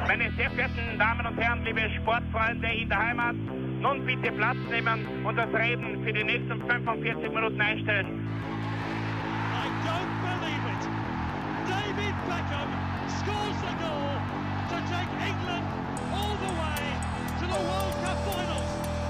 Meine sehr verehrten Damen und Herren, liebe Sportfreunde in der Heimat, nun bitte Platz nehmen und das Reden für die nächsten 45 Minuten einstellen. I don't believe it. David Beckham scores the goal to take England all the way to the World Cup finals.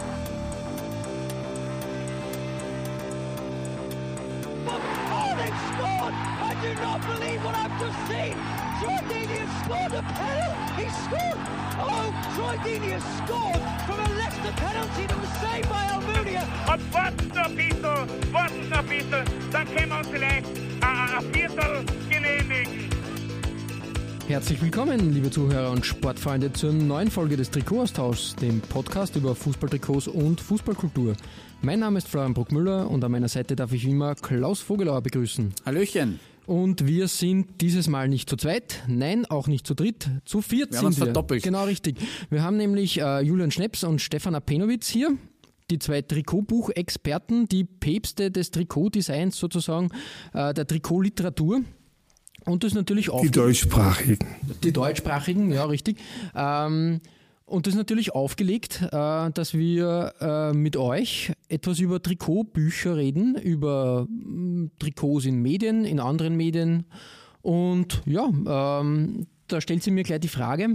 Oh, they've scored! I do not believe what I've just seen! Troy Deeney has scored a penalty! He scored! Oh, Troy Deeney has scored from a Leicester penalty that was saved by Almunia! Und warten noch ein bisschen, dann können wir uns vielleicht ein Viertel genehmigen. Herzlich willkommen, liebe Zuhörer und Sportfreunde, zur neuen Folge des Trikotaustauschs, dem Podcast über Fußballtrikots und Fußballkultur. Mein Name ist Florian Bruckmüller und an meiner Seite darf ich wie immer Klaus Vogelauer begrüßen. Hallöchen. Und wir sind dieses Mal nicht zu zweit, nein, auch nicht zu dritt, zu viert wir haben uns verdoppelt. Genau, richtig. Wir haben nämlich Julian Schneps und Stefan Apenowitz hier, die zwei Trikotbuch-Experten, die Päpste des Trikotdesigns sozusagen, der Trikotliteratur. Und das natürlich auch. Die Deutschsprachigen. Die Deutschsprachigen, ja, richtig. Und das ist natürlich aufgelegt, dass wir mit euch etwas über Trikotbücher reden, über Trikots in Medien, in anderen Medien. Und ja, da stellt sich mir gleich die Frage,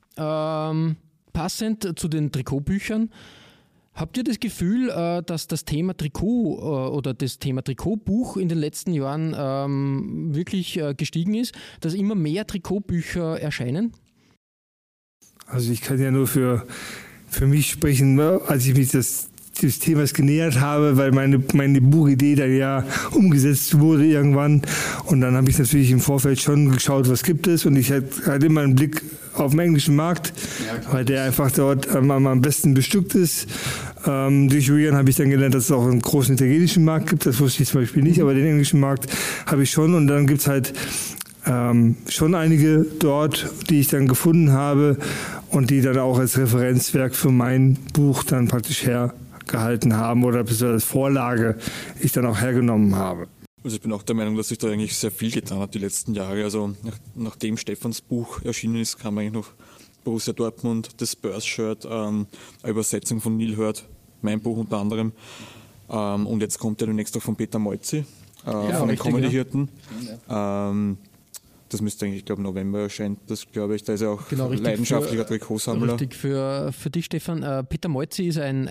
passend zu den Trikotbüchern, habt ihr das Gefühl, dass das Thema Trikot oder das Thema Trikotbuch in den letzten Jahren wirklich gestiegen ist, dass immer mehr Trikotbücher erscheinen? Also ich kann ja nur für mich sprechen, als ich mich des Themas genähert habe, weil meine Buchidee dann ja umgesetzt wurde irgendwann. Und dann habe ich natürlich im Vorfeld schon geschaut, was gibt es. Und ich hatte immer einen Blick auf den englischen Markt, weil der einfach dort am besten bestückt ist. Durch Julian habe ich dann gelernt, dass es auch einen großen italienischen Markt gibt. Das wusste ich zum Beispiel nicht, aber den englischen Markt habe ich schon. Und dann gibt es halt schon einige dort, die ich dann gefunden habe und die dann auch als Referenzwerk für mein Buch dann praktisch hergehalten haben oder als Vorlage ich dann auch hergenommen habe. Also ich bin auch der Meinung, dass sich da eigentlich sehr viel getan hat die letzten Jahre. Also nachdem Stefans Buch erschienen ist, kam eigentlich noch Borussia Dortmund, das Spurs-Shirt, eine Übersetzung von Neil Hurd, mein Buch unter anderem. Und jetzt kommt ja demnächst auch von Peter Moizzi, von den Comedy-Hirten. Ja. Das müsste eigentlich, ich glaube, November erscheint, das glaube ich. Da ist er auch leidenschaftlicher Trikotsammler. Richtig, für dich, Stefan. Peter Moizzi ist ein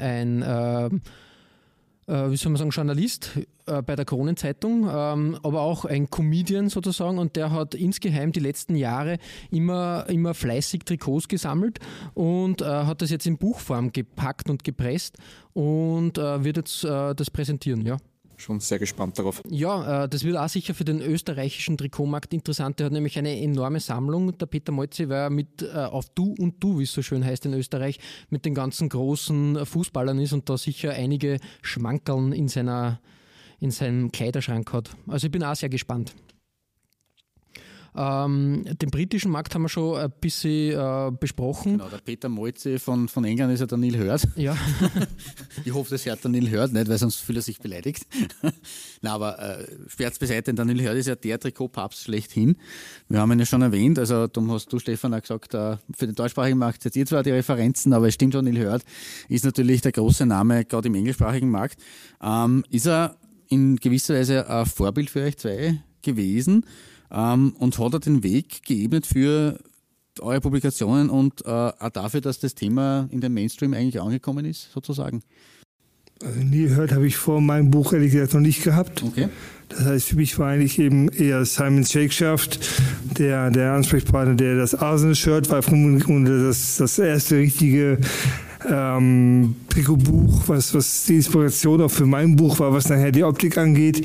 wie soll man sagen, Journalist bei der Kronenzeitung, aber auch ein Comedian sozusagen, und der hat insgeheim die letzten Jahre immer fleißig Trikots gesammelt und hat das jetzt in Buchform gepackt und gepresst und wird jetzt das präsentieren, ja. Schon sehr gespannt darauf. Ja, das wird auch sicher für den österreichischen Trikotmarkt interessant. Der hat nämlich eine enorme Sammlung. Der Peter Moizzi war mit auf Du und Du, wie es so schön heißt in Österreich, mit den ganzen großen Fußballern ist und da sicher einige Schmankerln in seinem Kleiderschrank hat. Also ich bin auch sehr gespannt. Den britischen Markt haben wir schon ein bisschen besprochen. Genau, der Peter Moizzi von England ist ja der Neil Hurd. Ja. Ich hoffe, das hört der Neil Hurd nicht, weil sonst fühlt er sich beleidigt. Nein, aber Scherz beiseite, der Neil Hurd ist ja der Trikotpapst schlechthin. Wir haben ihn ja schon erwähnt, also darum hast du, Stefan, auch gesagt, für den deutschsprachigen Markt seid ihr zwar die Referenzen, aber es stimmt schon, Neil Hurd ist natürlich der große Name, gerade im englischsprachigen Markt. Ist er in gewisser Weise ein Vorbild für euch zwei gewesen? Und hat er den Weg geebnet für eure Publikationen und auch dafür, dass das Thema in den Mainstream eigentlich angekommen ist, sozusagen? Also Neil Hurd habe ich vor meinem Buch ehrlich gesagt noch nicht gehabt. Okay. Das heißt, für mich war eigentlich eben eher Simon Shakeshaft, der Ansprechpartner, der das Arsenal-Shirt war, und das erste richtige Trikotbuch, was die Inspiration auch für mein Buch war, was nachher die Optik angeht.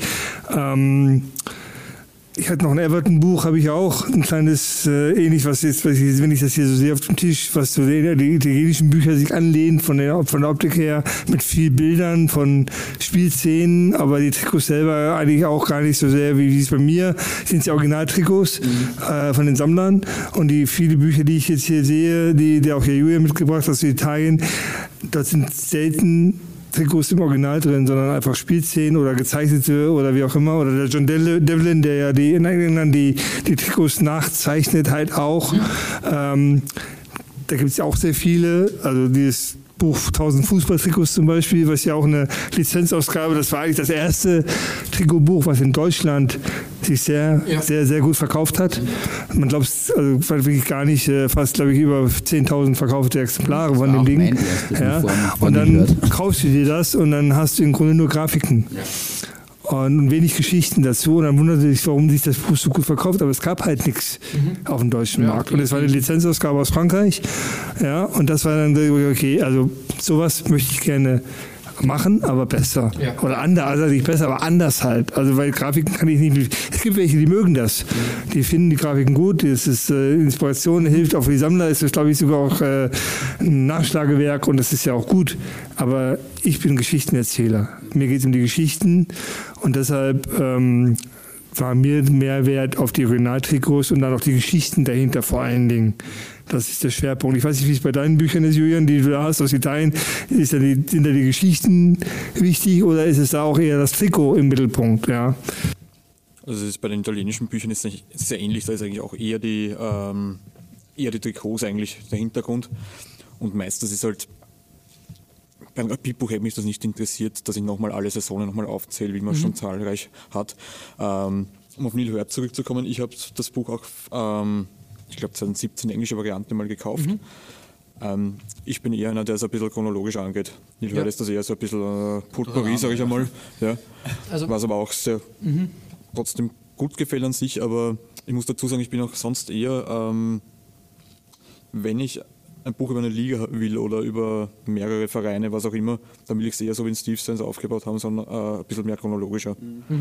Ich hatte noch ein Everton-Buch, habe ich auch, ein kleines, ähnlich, wenn ich das hier so sehe auf dem Tisch, was so die italienischen Bücher sich anlehnen, von der Optik her, mit viel Bildern von Spielszenen, aber die Trikots selber eigentlich auch gar nicht so sehr, wie es bei mir sind, die Originaltrikots von den Sammlern. Und die viele Bücher, die ich jetzt hier sehe, die auch hier Julia mitgebracht aus Italien, dort sind selten Trikots im Original drin, sondern einfach Spielszenen oder gezeichnete oder wie auch immer. Oder der John Devlin, der ja in England die Trikots nachzeichnet, halt auch. Da gibt es ja auch sehr viele, also dieses Buch 1000 Fußballtrikots zum Beispiel, was ja auch eine Lizenzausgabe, das war eigentlich das erste Trikotbuch, was in Deutschland sich sehr, sehr gut verkauft hat. Man glaubt es also wirklich gar nicht, fast glaube ich über 10.000 verkaufte Exemplare von dem Ding. Ja. Und dann kaufst du dir das und dann hast du im Grunde nur Grafiken. Ja. Und wenig Geschichten dazu. Und dann wunderte sich, warum sich das Buch so gut verkauft. Aber es gab halt nichts auf dem deutschen Markt. Und es war eine Lizenzausgabe aus Frankreich. Ja, und das war dann, okay, also sowas möchte ich gerne machen, aber besser. Ja. Oder anders, also nicht besser, aber anders halt. Also weil Grafiken kann ich nicht. Es gibt welche, die mögen das. Die finden die Grafiken gut, das ist Inspiration, hilft auch für die Sammler, ist das glaube ich sogar auch ein Nachschlagewerk und das ist ja auch gut. Aber ich bin Geschichtenerzähler. Mir geht es um die Geschichten und deshalb war mir mehr Wert auf die Originaltrikots und dann auch die Geschichten dahinter vor allen Dingen. Das ist der Schwerpunkt. Ich weiß nicht, wie es bei deinen Büchern ist, Julian, die du da hast aus Italien. Sind da die Geschichten wichtig oder ist es da auch eher das Trikot im Mittelpunkt? Ja. Also es ist bei den italienischen Büchern ist es sehr ähnlich. Da ist eigentlich auch eher die Trikots eigentlich der Hintergrund. Und meistens ist halt, beim Rapid-Buch hätte mich das nicht interessiert, dass ich nochmal alle Saisonen nochmal aufzähle, wie man schon zahlreich hat. Um auf Neil Hurd zurückzukommen, ich habe das Buch auch ich glaube 2017 englische Variante mal gekauft. Ich bin eher einer, der es ein bisschen chronologisch angeht. Neil Hurd ist das eher so ein bisschen Potpourri, sage ich einmal. Ja. Also, was aber auch sehr trotzdem gut gefällt an sich, aber ich muss dazu sagen, ich bin auch sonst eher, wenn ich ein Buch über eine Liga will oder über mehrere Vereine, was auch immer, dann will ich es eher so wie in Steve Sands aufgebaut haben, sondern ein bisschen mehr chronologischer.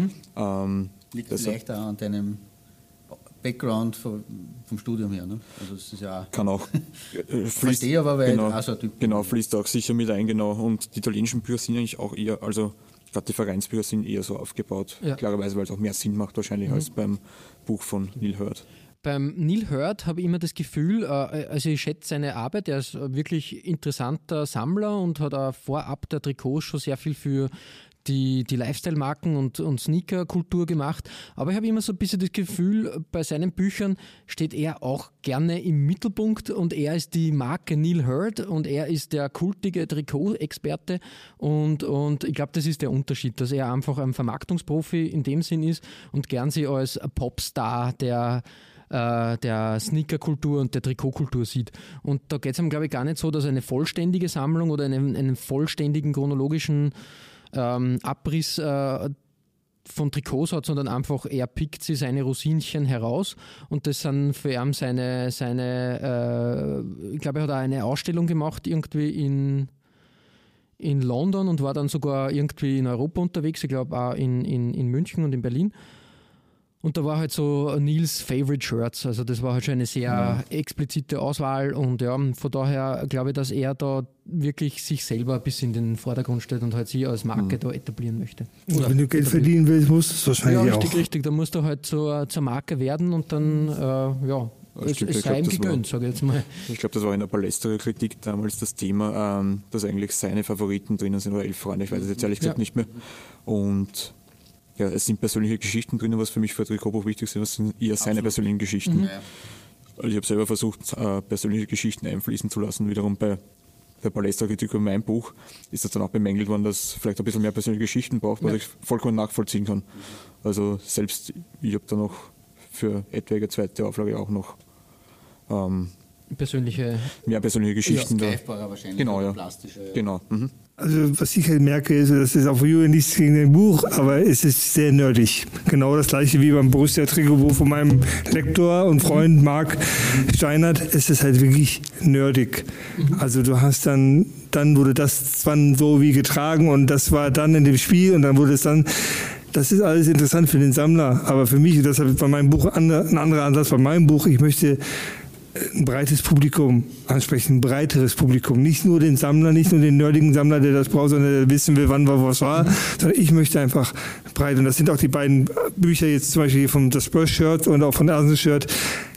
Liegt vielleicht auch an deinem Background vom Studium her, ne? Also das ist ja kann auch fließt, aber weil genau, fließt auch sicher mit ein, genau. Und die italienischen Bücher sind eigentlich auch eher, also gerade die Vereinsbücher sind eher so aufgebaut, klarerweise, weil es auch mehr Sinn macht wahrscheinlich als beim Buch von Neil Hurd. Beim Neil Hurd habe ich immer das Gefühl, also ich schätze seine Arbeit, er ist wirklich interessanter Sammler und hat auch vorab der Trikots schon sehr viel für die Lifestyle-Marken und Sneaker-Kultur gemacht. Aber ich habe immer so ein bisschen das Gefühl, bei seinen Büchern steht er auch gerne im Mittelpunkt und er ist die Marke Neil Hurd und er ist der kultige Trikot-Experte und ich glaube, das ist der Unterschied, dass er einfach ein Vermarktungsprofi in dem Sinn ist und gern sich als Popstar der Sneaker-Kultur und der Trikotkultur sieht. Und da geht es ihm, glaube ich, gar nicht so, dass er eine vollständige Sammlung oder einen vollständigen chronologischen Abriss von Trikots hat, sondern einfach er pickt sie seine Rosinchen heraus und das sind für ihn seine ich glaube, er hat auch eine Ausstellung gemacht irgendwie in London und war dann sogar irgendwie in Europa unterwegs, ich glaube auch in München und in Berlin. Und da war halt so Nils Favorite Shirts, also das war halt schon eine sehr explizite Auswahl und ja, von daher glaube ich, dass er da wirklich sich selber ein bisschen in den Vordergrund stellt und halt sich als Marke da etablieren möchte. Und wenn du Geld verdienen willst, musst du es wahrscheinlich auch. Ja, richtig, da musst du halt zur Marke werden und dann, es sei ihm gegönnt, sage ich jetzt mal. Ich glaube, das war in der Ballesterer-Kritik damals das Thema, dass eigentlich seine Favoriten drinnen sind, oder 11 Freunde, ich weiß es jetzt ehrlich gesagt nicht mehr. Und ja, es sind persönliche Geschichten drin, was für mich für ein Trikotbuch wichtig sind, das sind eher seine persönlichen Geschichten. Also ich habe selber versucht, persönliche Geschichten einfließen zu lassen. Wiederum bei der Ballesterer-Kritik über mein Buch ist das dann auch bemängelt worden, dass vielleicht ein bisschen mehr persönliche Geschichten braucht, was ich vollkommen nachvollziehen kann. Also selbst, ich habe da noch für etwaige zweite Auflage auch noch mehr persönliche Geschichten. Ja, greifbarer wahrscheinlich. Genau, ja. Plastische. Genau. Also was ich halt merke, ist, das ist auch für Julian nichts gegen ein Buch, aber es ist sehr nerdig. Genau das gleiche wie beim Borussia-Trikotbuch von meinem Lektor und Freund Marc Steinert. Es ist halt wirklich nerdig. Also du hast dann wurde das dann so wie getragen und das war dann in dem Spiel und dann wurde es dann. Das ist alles interessant für den Sammler, aber für mich, das ist bei meinem Buch ein anderer Ansatz. Bei meinem Buch, ich möchte ein breites Publikum ansprechen, ein breiteres Publikum. Nicht nur den Sammler, nicht nur den nerdigen Sammler, der das braucht, sondern der wissen will, wann was war, sondern ich möchte einfach breit. Und das sind auch die beiden Bücher jetzt zum Beispiel vom The Spurs Shirt und auch von Arsenal Shirt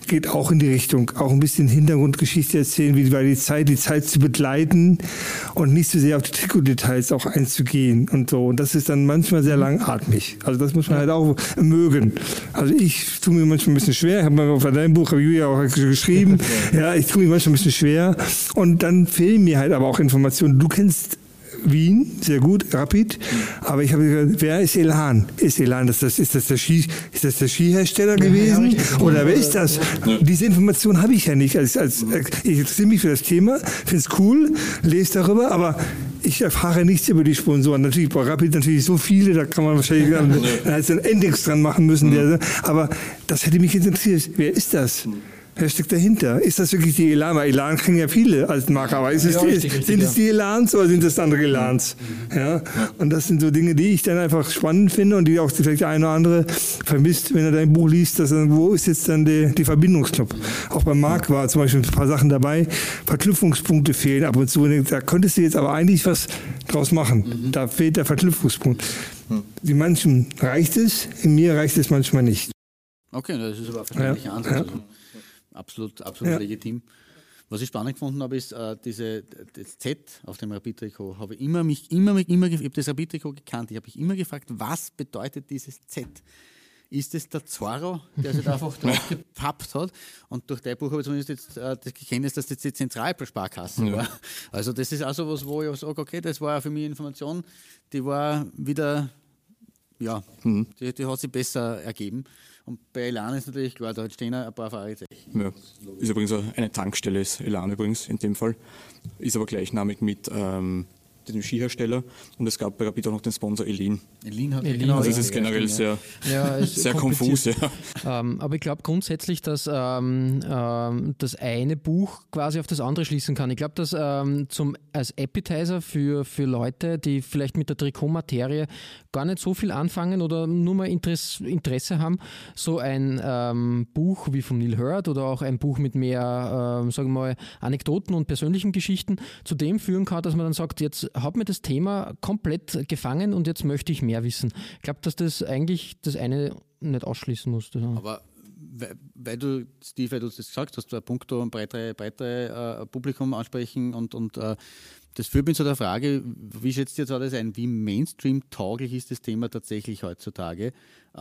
geht auch in die Richtung, auch ein bisschen Hintergrundgeschichte erzählen, wie war die Zeit zu begleiten und nicht so sehr auf die Trikotdetails auch einzugehen und so. Und das ist dann manchmal sehr langatmig. Also das muss man halt auch mögen. Also ich tue mir manchmal ein bisschen schwer, ich habe mal auf deinem Buch, habe Julia auch geschrieben, ja, ich tue mir manchmal ein bisschen schwer und dann fehlen mir halt aber auch Informationen. Du kennst Wien, sehr gut, Rapid. Aber ich habe gesagt, wer ist Elan? Ist Elan, ist das der Skihersteller gewesen? Oder wer ist das? Diese Information habe ich ja nicht. Ich interessiere mich für das Thema, finde es cool, lese darüber, aber ich erfahre nichts über die Sponsoren. Natürlich bei Rapid natürlich so viele, da kann man wahrscheinlich einen Index dran machen müssen. Aber das hätte mich interessiert. Wer ist das? Wer steckt dahinter? Ist das wirklich die Elan? Weil Elan kriegen ja viele als Marke, aber sind es die Elans oder sind es andere Elans? Ja? Und das sind so Dinge, die ich dann einfach spannend finde und die auch vielleicht der eine oder andere vermisst, wenn er dein Buch liest, dass dann, wo ist jetzt dann die Verbindungsknopf? Auch bei Marc war zum Beispiel ein paar Sachen dabei, Verknüpfungspunkte fehlen ab und zu. Da könntest du jetzt aber eigentlich was draus machen. Da fehlt der Verknüpfungspunkt. Die manchen reicht es, in mir reicht es manchmal nicht. Okay, das ist aber ein verständlicher Ansatz. Ja. Absolut legitim. Was ich spannend gefunden habe, ist das Z auf dem Rapid-Trikot. Ich habe das Rapid-Trikot gekannt. Ich habe mich immer gefragt, was bedeutet dieses Z? Ist es der Zorro, der sich da einfach drauf gepappt hat? Und durch dein Buch habe ich zumindest jetzt das Gekenntnis, dass das die Zentralsparkasse war. Also das ist auch so was, wo ich sage, okay, das war für mich Information, die war wieder, die hat sich besser ergeben. Und bei Elan ist natürlich klar, da stehen ein paar Fragezeichen. Ja. Ist übrigens eine Tankstelle, ist Elan übrigens in dem Fall. Ist aber gleichnamig mit dem Skihersteller und es gab bei Rapid auch noch den Sponsor Elin. Also es ist generell sehr konfus. Ja. Aber ich glaube grundsätzlich, dass das eine Buch quasi auf das andere schließen kann. Ich glaube, dass als Appetizer für Leute, die vielleicht mit der Trikotmaterie gar nicht so viel anfangen oder nur mal Interesse haben, so ein Buch wie von Neil Hurd oder auch ein Buch mit mehr, sagen wir mal, Anekdoten und persönlichen Geschichten zu dem führen kann, dass man dann sagt, jetzt hat mir das Thema komplett gefangen und jetzt möchte ich mehr wissen. Ich glaube, dass das eigentlich das eine nicht ausschließen muss. Aber weil du das gesagt hast, ein Punkto ein breitere Publikum ansprechen und das führt mich zu der Frage, wie schätzt ihr jetzt alles ein, wie Mainstream-tauglich ist das Thema tatsächlich heutzutage?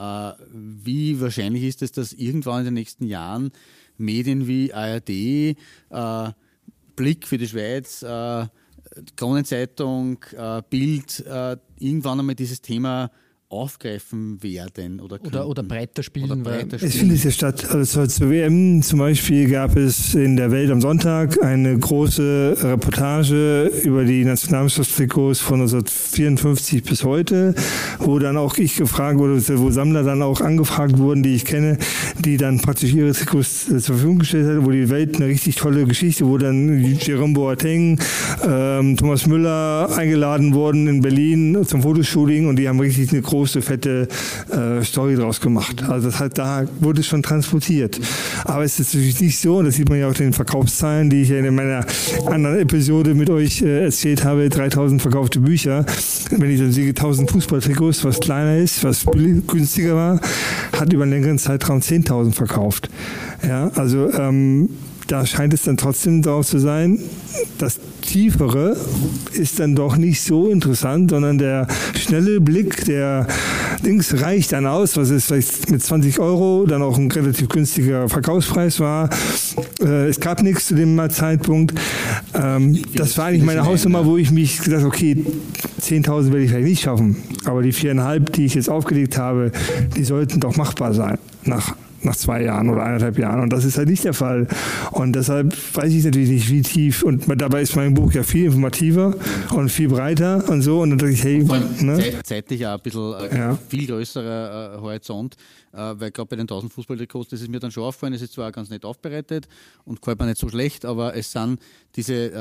Wie wahrscheinlich ist es, dass irgendwann in den nächsten Jahren Medien wie ARD, Blick für die Schweiz, Kronenzeitung, Bild irgendwann einmal dieses Thema aufgreifen werden oder breiter spielen. Es findet ja statt. Also zur WM zum Beispiel gab es in der Welt am Sonntag eine große Reportage über die Nationalmannschaftstrikots von 1954 bis heute, wo dann auch ich gefragt wurde, wo Sammler dann auch angefragt wurden, die ich kenne, die dann praktisch ihre Trikots zur Verfügung gestellt hat, wo die Welt eine richtig tolle Geschichte, wo dann Jerome Boateng, Thomas Müller eingeladen wurden in Berlin zum Fotoshooting und die haben richtig eine große, fette Story draus gemacht. Also da wurde es schon transportiert. Aber es ist natürlich nicht so, und das sieht man ja auch in den Verkaufszahlen, die ich ja in meiner anderen Episode mit euch erzählt habe, 3000 verkaufte Bücher. Wenn ich dann sehe, 1000 Fußballtrikots, was kleiner ist, was günstiger war, hat über einen längeren Zeitraum 10.000 verkauft. Ja, also da scheint es dann trotzdem darauf zu sein, das Tiefere ist dann doch nicht so interessant, sondern der schnelle Blick, der Dings reicht dann aus, was es vielleicht mit 20 € dann auch ein relativ günstiger Verkaufspreis war. Es gab nichts zu dem Zeitpunkt. Das war eigentlich meine Hausnummer, wo ich mich gedacht habe, okay, 10.000 werde ich vielleicht nicht schaffen, aber die 4.500, die ich jetzt aufgelegt habe, die sollten doch machbar sein nach 2 Jahren oder 1,5 Jahren. Und das ist halt nicht der Fall. Und deshalb weiß ich natürlich nicht, wie tief. Und dabei ist mein Buch ja viel informativer und viel breiter und so. Und dann dachte ich, hey, zeitlich auch ein bisschen viel größerer Horizont, weil gerade bei den 1000 Fußballtrikots, das ist mir dann schon aufgefallen, es ist zwar ganz nett aufbereitet und gefällt mir nicht so schlecht, aber es sind diese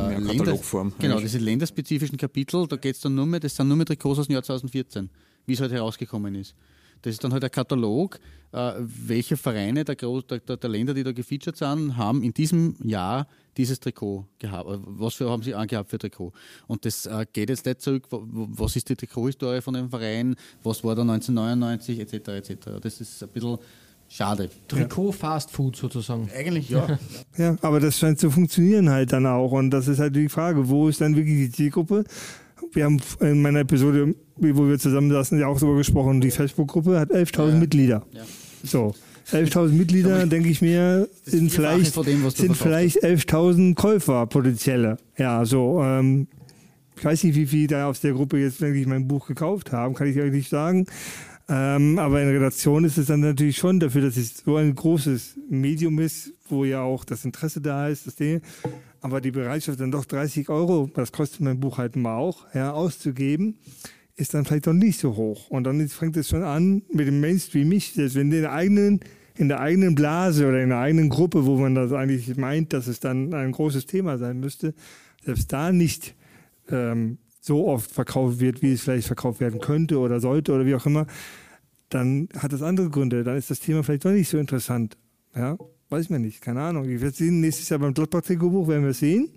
diese länderspezifischen Kapitel, da geht's dann das sind nur mehr Trikots aus dem Jahr 2014, wie es halt herausgekommen ist. Das ist dann halt ein Katalog, welche Vereine der Länder, die da gefeatured sind, haben in diesem Jahr dieses Trikot gehabt. Was haben sie angehabt für Trikot? Und das geht jetzt nicht zurück, was ist die Trikothistorie von dem Verein, was war da 1999 etc. etc. Das ist ein bisschen Schade. Trikot-Fast-Food sozusagen. Eigentlich ja. Ja, aber das scheint zu funktionieren halt dann auch. Und das ist halt die Frage, wo ist dann wirklich die Zielgruppe? Wir haben in meiner Episode, wo wir zusammensaßen, ja auch darüber gesprochen, die Facebook-Gruppe hat 11.000 Mitglieder. Ja. So, 11.000 Mitglieder, denke ich mir, sind vielleicht 11.000 Käufer potenzielle. Ja, so, ich weiß nicht, wie viele da aus der Gruppe jetzt wirklich mein Buch gekauft haben, kann ich euch nicht sagen. Aber in Relation ist es dann natürlich schon dafür, dass es so ein großes Medium ist, wo ja auch das Interesse da ist, das Ding. Aber die Bereitschaft dann doch 30 €, das kostet mein Buch halt mal auch, ja, auszugeben, ist dann vielleicht doch nicht so hoch. Und dann fängt es schon an mit dem Mainstreaming, dass wenn in der eigenen Blase oder in der eigenen Gruppe, wo man das eigentlich meint, dass es dann ein großes Thema sein müsste, selbst da nicht so oft verkauft wird, wie es vielleicht verkauft werden könnte oder sollte oder wie auch immer, dann hat das andere Gründe. Dann ist das Thema vielleicht doch nicht so interessant. Ja, weiß man nicht, keine Ahnung. Ich werde sehen, nächstes Jahr beim Gladbach-Trikotbuch werden wir es sehen.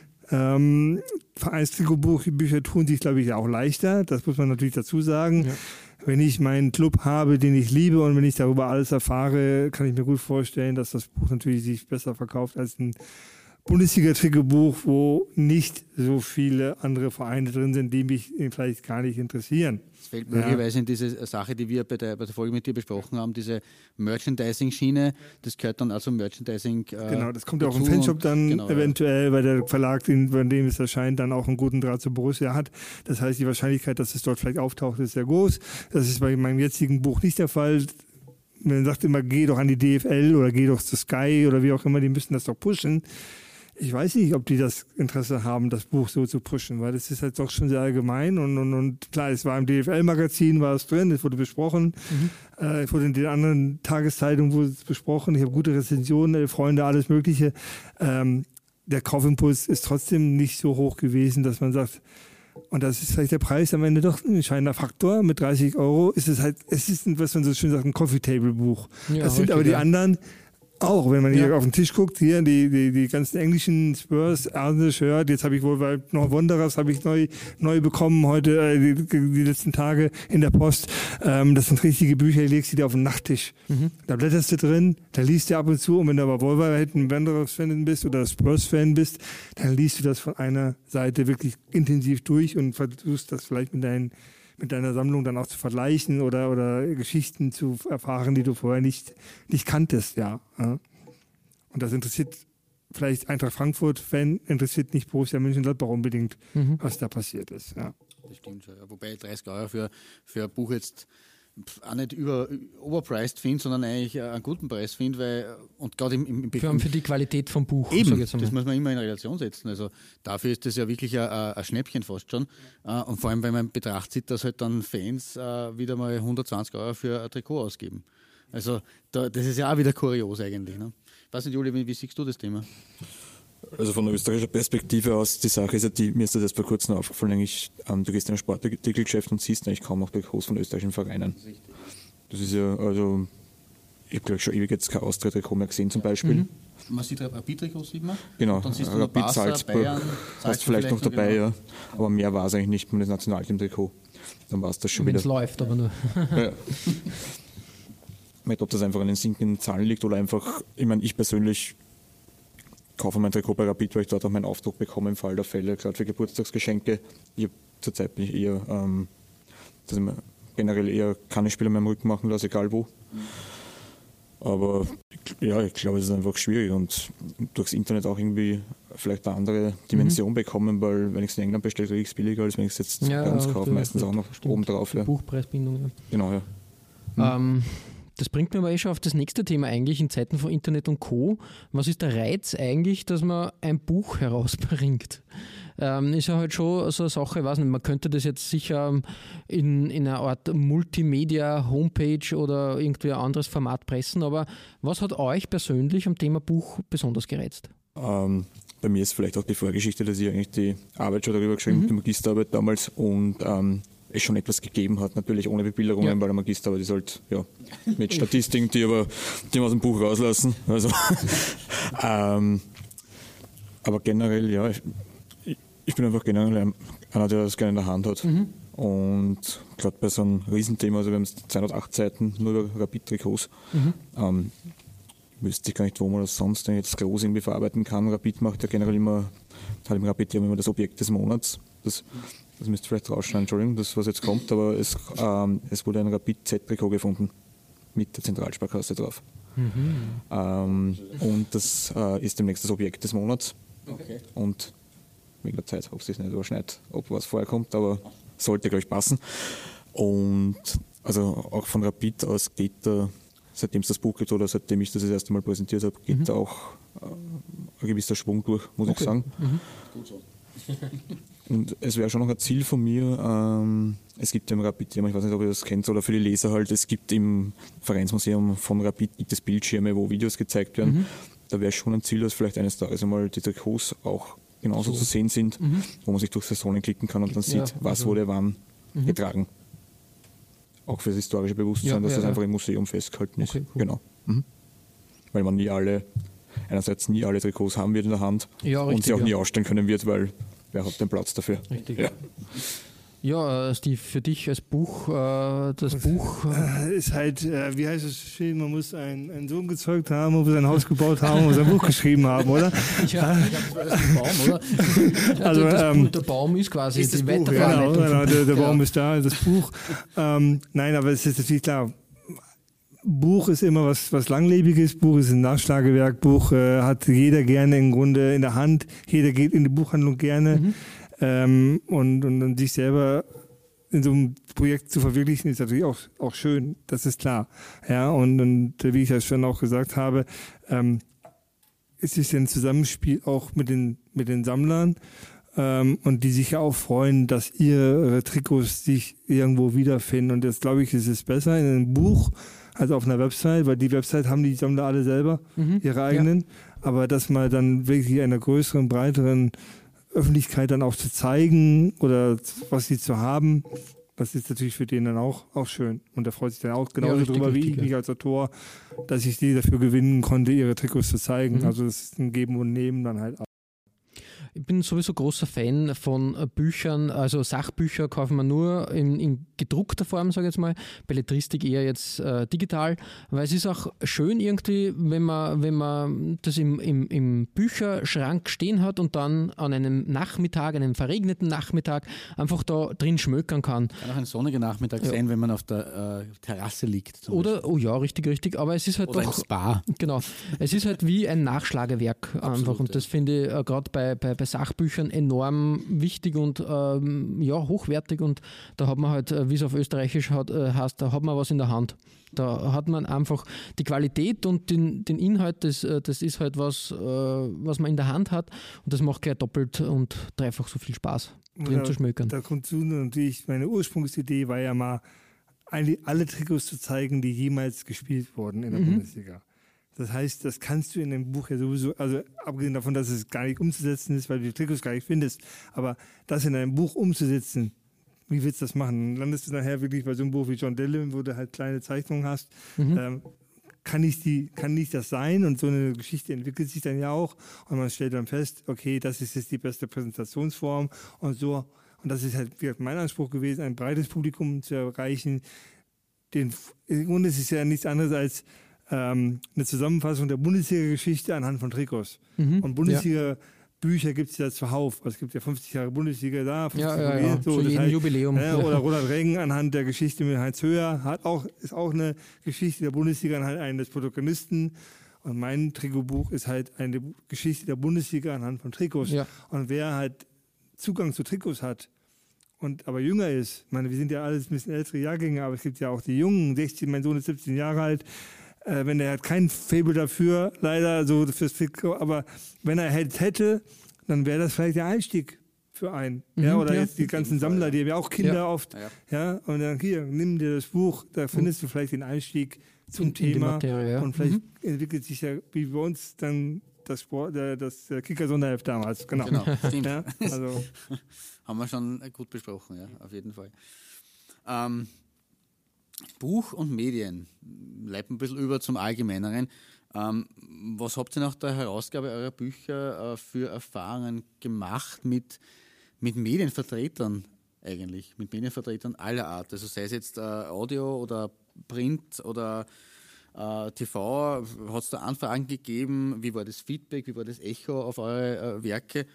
Vereinstrikotbücher tun sich, glaube ich, auch leichter. Das muss man natürlich dazu sagen. Ja. Wenn ich meinen Club habe, den ich liebe und wenn ich darüber alles erfahre, kann ich mir gut vorstellen, dass das Buch natürlich sich besser verkauft als ein Bundesliga-Trikotbuch, wo nicht so viele andere Vereine drin sind, die mich vielleicht gar nicht interessieren. Das fällt möglicherweise in diese Sache, die wir bei der Folge mit dir besprochen haben, diese Merchandising-Schiene, das gehört dann also Merchandising. Genau, das kommt ja auch im Fanshop dann eventuell, weil der Verlag, bei dem es erscheint, dann auch einen guten Draht zu Borussia hat. Das heißt, die Wahrscheinlichkeit, dass es dort vielleicht auftaucht, ist sehr groß. Das ist bei meinem jetzigen Buch nicht der Fall. Man sagt immer, geh doch an die DFL oder geh doch zu Sky oder wie auch immer, die müssen das doch pushen. Ich weiß nicht, ob die das Interesse haben, das Buch so zu pushen, weil das ist halt doch schon sehr allgemein und klar, es war im DFL-Magazin, war es drin, es wurde besprochen, es wurde in den anderen Tageszeitungen wurde es besprochen, ich habe gute Rezensionen, Freunde, alles Mögliche. Der Kaufimpuls ist trotzdem nicht so hoch gewesen, dass man sagt, und das ist vielleicht der Preis am Ende doch ein entscheidender Faktor, mit 30 €, ist es halt, es ist, was man so schön sagt, ein Coffee-Table-Buch. Ja, das sind aber die anderen auch, wenn man hier auf den Tisch guckt, hier die ganzen englischen Spurs, Arsenal Shirt, jetzt habe ich wohl noch Wanderers, habe ich neu bekommen heute, die letzten Tage in der Post. Das sind richtige Bücher, die legst du dir auf den Nachttisch. Da blätterst du drin, da liest du ab und zu, und wenn du aber Wolverhampton Wanderers-Fan bist oder Spurs-Fan bist, dann liest du das von einer Seite wirklich intensiv durch und versuchst das vielleicht mit deiner Sammlung dann auch zu vergleichen oder Geschichten zu erfahren, die du vorher nicht kanntest, ja. Und das interessiert vielleicht Eintracht Frankfurt-Fan, interessiert nicht Borussia Mönchengladbach unbedingt, was da passiert ist, ja. Das stimmt schon, ja. Wobei 30 € für ein Buch jetzt auch nicht overpriced finde, sondern eigentlich einen guten Preis finde, weil, und gerade im für die Qualität vom Buch. Eben, das muss man immer in Relation setzen. Also dafür ist das ja wirklich ein Schnäppchen fast schon. Und vor allem, wenn man in Betracht zieht, dass halt dann Fans wieder mal 120 € für ein Trikot ausgeben. Also das ist ja auch wieder kurios eigentlich. Ne? Ich weiß nicht, Juli, wie siehst du das Thema? Also von der österreichischen Perspektive aus, die Sache ist ja mir ist das erst vor kurzem aufgefallen, eigentlich, du gehst in ein Sportartikelgeschäft und siehst eigentlich kaum noch Trikots von österreichischen Vereinen. Das ist ja, also, ich habe schon ewig jetzt kein Austria-Trikot mehr gesehen zum Beispiel. Man sieht Rapid-Trikots, sieht man. Genau, dann siehst du Rapid Barca, Salzburg, Bayern, hast du vielleicht noch dabei, ja. Aber mehr war es eigentlich nicht mit dem Nationalteam-Trikot. Dann war es das schon wieder. Wenn es läuft, aber nur. Ja. Ich weiß nicht, ob das einfach an den sinkenden Zahlen liegt oder einfach, ich meine, ich persönlich kaufe mein Trikot bei Rapid, weil ich dort auch meinen Aufdruck bekomme im Fall der Fälle, gerade für Geburtstagsgeschenke. Zurzeit bin ich eher, dass ich mir generell eher keine Spieler mehr am Rücken machen lasse, egal wo. Aber ja, ich glaube, es ist einfach schwierig und durchs Internet auch irgendwie vielleicht eine andere Dimension bekommen, weil wenn ich es in England bestelle, kriege ich es billiger, als wenn ich es jetzt bei uns kaufe, meistens auch noch oben drauf. Ja. Buchpreisbindung, ja. Genau, ja. Das bringt mir aber schon auf das nächste Thema eigentlich in Zeiten von Internet und Co. Was ist der Reiz eigentlich, dass man ein Buch herausbringt? Ist ja halt schon so eine Sache, ich weiß nicht, man könnte das jetzt sicher in einer Art Multimedia-Homepage oder irgendwie ein anderes Format pressen, aber was hat euch persönlich am Thema Buch besonders gereizt? Bei mir ist vielleicht auch die Vorgeschichte, dass ich eigentlich die Arbeit schon darüber geschrieben habe, die Magisterarbeit damals, und es schon etwas gegeben hat, natürlich ohne Bebilderungen, weil der Magisterarbeit ist halt mit Statistiken, die wir aus dem Buch rauslassen. Also, aber generell, ja, ich bin einfach generell einer, der das gerne in der Hand hat. Und gerade bei so einem Riesenthema, also wir haben 208 Seiten nur über Rapid-Trikots, wüsste ich gar nicht, wo man das sonst jetzt groß irgendwie verarbeiten kann. Rapid macht ja generell immer, hat im Rapid ja immer das Objekt des Monats. Das müsst ihr vielleicht rausschneiden, Entschuldigung, das was jetzt kommt, aber es wurde ein Rapid-Z-Trikot gefunden mit der Zentralsparkasse drauf. Und das ist demnächst das Objekt des Monats. Okay. Und wegen der Zeit, ob es sich nicht überschneidet, ob was vorher kommt, aber sollte, glaube ich, passen. Und also auch von Rapid aus geht da, seitdem es das Buch gibt oder seitdem ich das erste Mal präsentiert habe, geht da auch ein gewisser Schwung durch, muss ich sagen. Gut so. Und es wäre schon noch ein Ziel von mir, es gibt ja im Rapid-Thema, ich weiß nicht, ob ihr das kennt, oder für die Leser halt, es gibt im Vereinsmuseum von Rapid gibt es Bildschirme, wo Videos gezeigt werden. Da wäre schon ein Ziel, dass vielleicht eines Tages einmal die Trikots auch genauso zu sehen sind, wo man sich durch Saisonen klicken kann und dann sieht, was wurde wann getragen. Auch für das historische Bewusstsein, dass das einfach im Museum festgehalten ist. Okay, cool. Genau. Weil man einerseits nie alle Trikots haben wird in der Hand und sie auch nie ausstellen können wird, weil wer hat den Platz dafür? Richtig. Ja, Steve, für dich als Buch, das Buch... ist halt, wie heißt es schön, man muss einen Sohn gezeugt haben, man muss ein Haus gebaut haben, man muss ein Buch geschrieben haben, oder? Ja, ich glaube, das ist ein Baum, oder? Also, der Baum ist quasi ist die Weiterverarbeitung. Genau, der Baum ist da, das Buch. Nein, aber es ist natürlich klar, Buch ist immer was Langlebiges, Buch ist ein Nachschlagewerk, Buch hat jeder gerne im Grunde in der Hand, jeder geht in die Buchhandlung gerne. Und sich selber in so einem Projekt zu verwirklichen, ist natürlich auch schön, das ist klar. Ja, und wie ich ja schon auch gesagt habe, es ist ein Zusammenspiel auch mit den Sammlern und die sich auch freuen, dass ihre Trikots sich irgendwo wiederfinden. Und das, glaube ich, ist es besser in einem Buch als auf einer Website, weil die Website haben die Sammler alle selber, ihre eigenen. Ja. Aber dass man dann wirklich einer größeren, breiteren Öffentlichkeit dann auch zu zeigen oder was sie zu haben, das ist natürlich für den dann auch schön. Und er freut sich dann auch genauso drüber wie ich mich als Autor, dass ich die dafür gewinnen konnte, ihre Trikots zu zeigen. Also das ist ein Geben und Nehmen dann halt auch. Ich bin sowieso großer Fan von Büchern, also Sachbücher kaufen wir nur in gedruckter Form, sage ich jetzt mal, Belletristik eher jetzt digital, weil es ist auch schön irgendwie, wenn man das im Bücherschrank stehen hat und dann an einem Nachmittag, einem verregneten Nachmittag einfach da drin schmökern kann. Kann auch ein sonniger Nachmittag sein, wenn man auf der Terrasse liegt. Oder, oh ja, richtig, aber es ist halt oder doch... ein Spa. Genau, es ist halt wie ein Nachschlagewerk einfach und das finde ich gerade bei Sachbüchern enorm wichtig und hochwertig und da hat man halt, wie es auf Österreichisch heißt, da hat man was in der Hand. Da hat man einfach die Qualität und den Inhalt, das ist halt was man in der Hand hat und das macht gleich doppelt und dreifach so viel Spaß, drin zu schmökern. Da kommt zu natürlich, meine Ursprungsidee war ja mal, alle Trikots zu zeigen, die jemals gespielt wurden in der Bundesliga. Das heißt, das kannst du in dem Buch ja sowieso, also abgesehen davon, dass es gar nicht umzusetzen ist, weil du die Trikots gar nicht findest, aber das in einem Buch umzusetzen, wie willst du das machen? Dann landest du nachher wirklich bei so einem Buch wie John Dillon, wo du halt kleine Zeichnungen hast. Kann nicht das sein? Und so eine Geschichte entwickelt sich dann ja auch und man stellt dann fest, okay, das ist jetzt die beste Präsentationsform und so. Und das ist halt mein Anspruch gewesen, ein breites Publikum zu erreichen. Im Grunde ist es ja nichts anderes als eine Zusammenfassung der Bundesliga-Geschichte anhand von Trikots. Und Bundesliga-Bücher gibt es ja zuhauf. Also es gibt ja 50 Jahre Bundesliga da, 50 Jahre so das heißt, Jubiläum. Oder Ronald Reagan anhand der Geschichte mit Heinz Höher ist auch eine Geschichte der Bundesliga anhand eines Protagonisten. Und mein Trikotbuch ist halt eine Geschichte der Bundesliga anhand von Trikots. Ja. Und wer halt Zugang zu Trikots hat, aber jünger ist, ich meine, wir sind ja alles ein bisschen ältere Jahrgänge, aber es gibt ja auch die Jungen, 16, mein Sohn ist 17 Jahre alt, wenn er hat kein Faible dafür, leider so fürs Trikot, aber wenn er hätte, dann wäre das vielleicht der Einstieg für einen. Jetzt die ganzen Sammler, die haben ja auch Kinder oft. Ja, und dann hier, nimm dir das Buch, da findest du vielleicht den Einstieg zum Thema. Materie, und vielleicht entwickelt sich ja, wie bei uns, dann das Kicker-Sonderheft damals. Genau stimmt. Ja, also. Haben wir schon gut besprochen, ja, auf jeden Fall. Buch und Medien, leiten ein bisschen über zum Allgemeineren. Was habt ihr nach der Herausgabe eurer Bücher für Erfahrungen gemacht mit Medienvertretern eigentlich, mit Medienvertretern aller Art. Also sei es jetzt Audio oder Print oder TV, hat es da Anfragen gegeben? Wie war das Feedback, wie war das Echo auf eure Werke?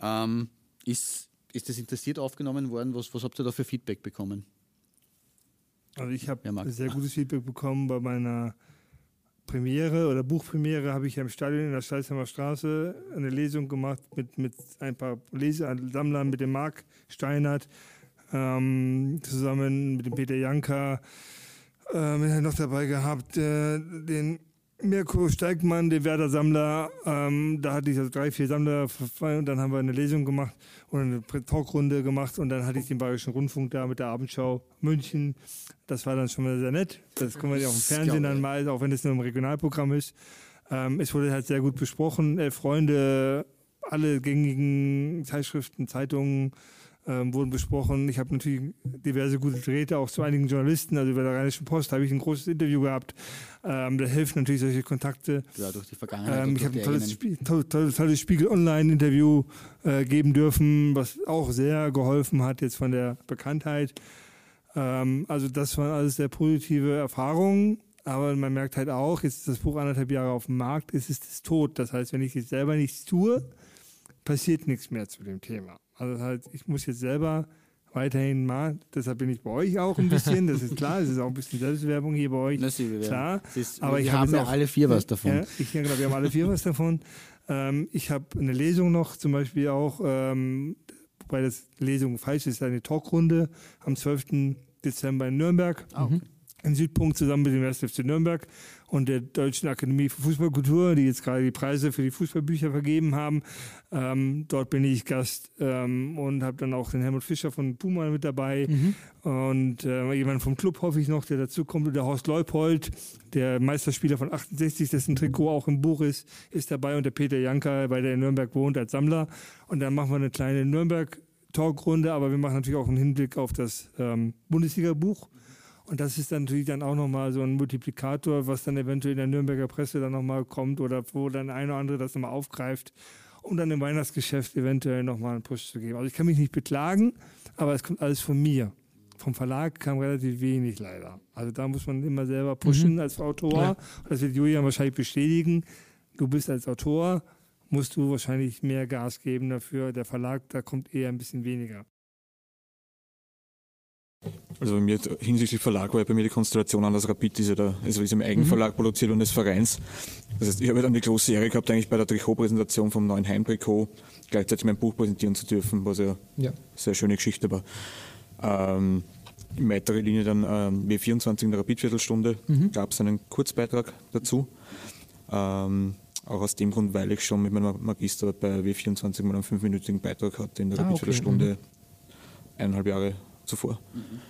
Ist das interessiert aufgenommen worden? Was habt ihr da für Feedback bekommen? Also ich habe sehr gutes Feedback bekommen bei meiner Premiere oder Buchpremiere, habe ich ja im Stadion in der Schleißheimer Straße eine Lesung gemacht mit ein paar Sammlern, mit dem Marc Steinert, zusammen mit dem Peter Janka, noch dabei gehabt, den Mirko Steigmann, den Werder-Sammler, da hatte ich also 3-4 Sammler und dann haben wir eine Lesung gemacht und eine Talkrunde gemacht und dann hatte ich den Bayerischen Rundfunk da mit der Abendschau München. Das war dann schon mal sehr nett. Das können wir ja auch im Fernsehen dann mal, auch wenn es nur im Regionalprogramm ist. Es wurde halt sehr gut besprochen. Freunde, alle gängigen Zeitschriften, Zeitungen wurden besprochen. Ich habe natürlich diverse gute Drähte auch zu einigen Journalisten. Also bei der Rheinischen Post habe ich ein großes Interview gehabt. Da helfen natürlich solche Kontakte. Ja, durch die Vergangenheit. Ich habe ein tolles Spiegel-Online-Interview geben dürfen, was auch sehr geholfen hat jetzt von der Bekanntheit. Also das waren alles sehr positive Erfahrungen. Aber man merkt halt auch, jetzt ist das Buch 1,5 Jahre auf dem Markt, es ist tot. Das heißt, wenn ich jetzt selber nichts tue, passiert nichts mehr zu dem Thema. Also halt, ich muss jetzt selber weiterhin mal, deshalb bin ich bei euch auch ein bisschen, das ist klar, es ist auch ein bisschen Selbstwerbung hier bei euch, klar. Aber wir haben ja alle 4 was davon. Ja, wir haben alle 4 was davon. Ich habe eine Lesung noch, zum Beispiel auch, wobei das Lesung falsch ist, eine Talkrunde am 12. Dezember in Nürnberg. Okay. Im Südpunkt zusammen mit dem 1. FC Nürnberg und der Deutschen Akademie für Fußballkultur, die jetzt gerade die Preise für die Fußballbücher vergeben haben. Dort bin ich Gast und habe dann auch den Helmut Fischer von Puma mit dabei und jemand vom Club hoffe ich noch, der dazu kommt, und der Horst Leupold, der Meisterspieler von 68, dessen Trikot auch im Buch ist dabei und der Peter Janka, weil der in Nürnberg wohnt als Sammler, und dann machen wir eine kleine Nürnberg-Talkrunde, aber wir machen natürlich auch einen Hinblick auf das Bundesliga-Buch. Und das ist dann natürlich dann auch nochmal so ein Multiplikator, was dann eventuell in der Nürnberger Presse dann nochmal kommt oder wo dann ein oder andere das nochmal aufgreift, um dann im Weihnachtsgeschäft eventuell nochmal einen Push zu geben. Also ich kann mich nicht beklagen, aber es kommt alles von mir. Vom Verlag kam relativ wenig leider. Also da muss man immer selber pushen als Autor. Ja. Das wird Julian wahrscheinlich bestätigen. Du bist als Autor, musst du wahrscheinlich mehr Gas geben dafür. Der Verlag, da kommt eher ein bisschen weniger. Also bei mir hinsichtlich Verlag war ja bei mir die Konstellation anders. Rapid ist ja ist im Eigenverlag produziert und des Vereins. Das heißt, ich habe dann die große Ehre gehabt, eigentlich bei der Trikotpräsentation vom neuen Heimtrikot gleichzeitig mein Buch präsentieren zu dürfen, was ja eine sehr schöne Geschichte war. In weiterer Linie dann W24 in der Rapid-Viertelstunde gab es einen Kurzbeitrag dazu. Auch aus dem Grund, weil ich schon mit meinem Magister bei W24 mal einen 5-minütigen Beitrag hatte in der Rapid-Viertelstunde 1,5 Jahre zuvor.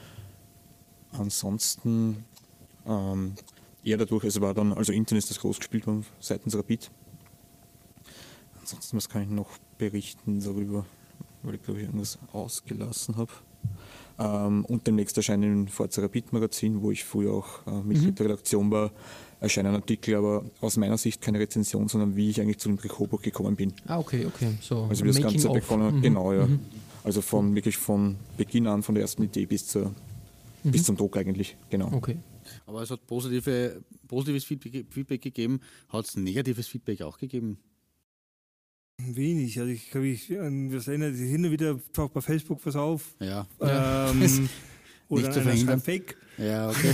Ansonsten eher dadurch, also Internet ist das groß gespielt worden seitens Rapid. Ansonsten, was kann ich noch berichten darüber, weil ich glaube ich irgendwas ausgelassen habe. Und demnächst erscheint im Forza Rapid Magazin, wo ich früher auch Mitglied der Redaktion war, erscheinen Artikel, aber aus meiner Sicht keine Rezension, sondern wie ich eigentlich zu dem Trikotbuch gekommen bin. Okay. So also wie das Ganze begonnen, genau, ja. Also wirklich von Beginn an, von der ersten Idee bis zum Druck eigentlich, genau. Okay. Aber es hat positives Feedback gegeben. Hat es negatives Feedback auch gegeben? Wenig. Also ich kann mich an das erinnern, hin und wieder taucht bei Facebook was auf. Ja. Oder nicht zu verhindern. Fake. Ja, okay.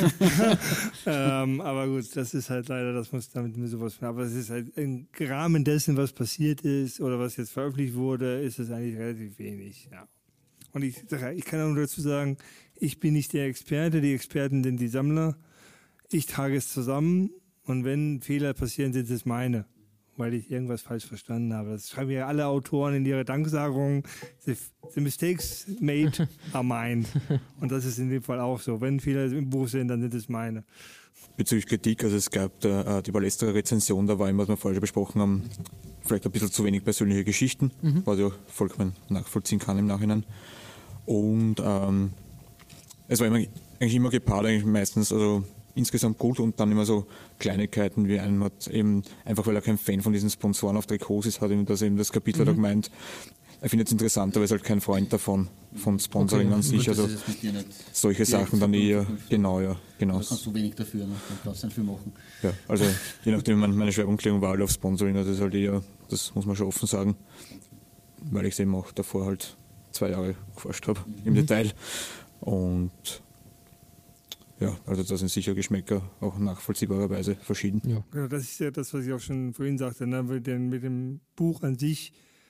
Aber gut, das ist halt leider, das muss damit mit sowas machen. Aber es ist halt im Rahmen dessen, was passiert ist oder was jetzt veröffentlicht wurde, ist es eigentlich relativ wenig. Ja. Und ich kann auch nur dazu sagen, ich bin nicht der Experte, die Experten sind die Sammler. Ich trage es zusammen und wenn Fehler passieren, sind es meine, weil ich irgendwas falsch verstanden habe. Das schreiben ja alle Autoren in ihrer Danksagung. The mistakes made are mine. Und das ist in dem Fall auch so. Wenn Fehler im Buch sind, dann sind es meine. Bezüglich Kritik, also es gab die Ballesterer-Rezension, da war immer, was wir vorher besprochen haben, vielleicht ein bisschen zu wenig persönliche Geschichten, was ich auch vollkommen nachvollziehen kann im Nachhinein. Und es war eigentlich immer gepaart, eigentlich meistens, also insgesamt gut und dann immer so Kleinigkeiten wie einem hat eben, einfach weil er kein Fan von diesen Sponsoren auf Trikots ist, hat ihm das Kapitel da gemeint, er findet es interessant, aber ist halt kein Freund davon, von Sponsoring an sich. Also solche Sachen dann eher, genau. Da kannst du wenig dafür, ne? Dann kannst du nicht viel machen. Ja, also je nachdem, meine Schwerpunktlegung war halt auf Sponsoring, also das ist halt eher, das muss man schon offen sagen, weil ich es eben auch davor halt 2 Jahre geforscht habe im Detail. Und ja, also da sind sicher Geschmäcker auch nachvollziehbarerweise verschieden. Ja. Genau, das ist ja das, was ich auch schon vorhin sagte, ne? Mit dem Buch an sich.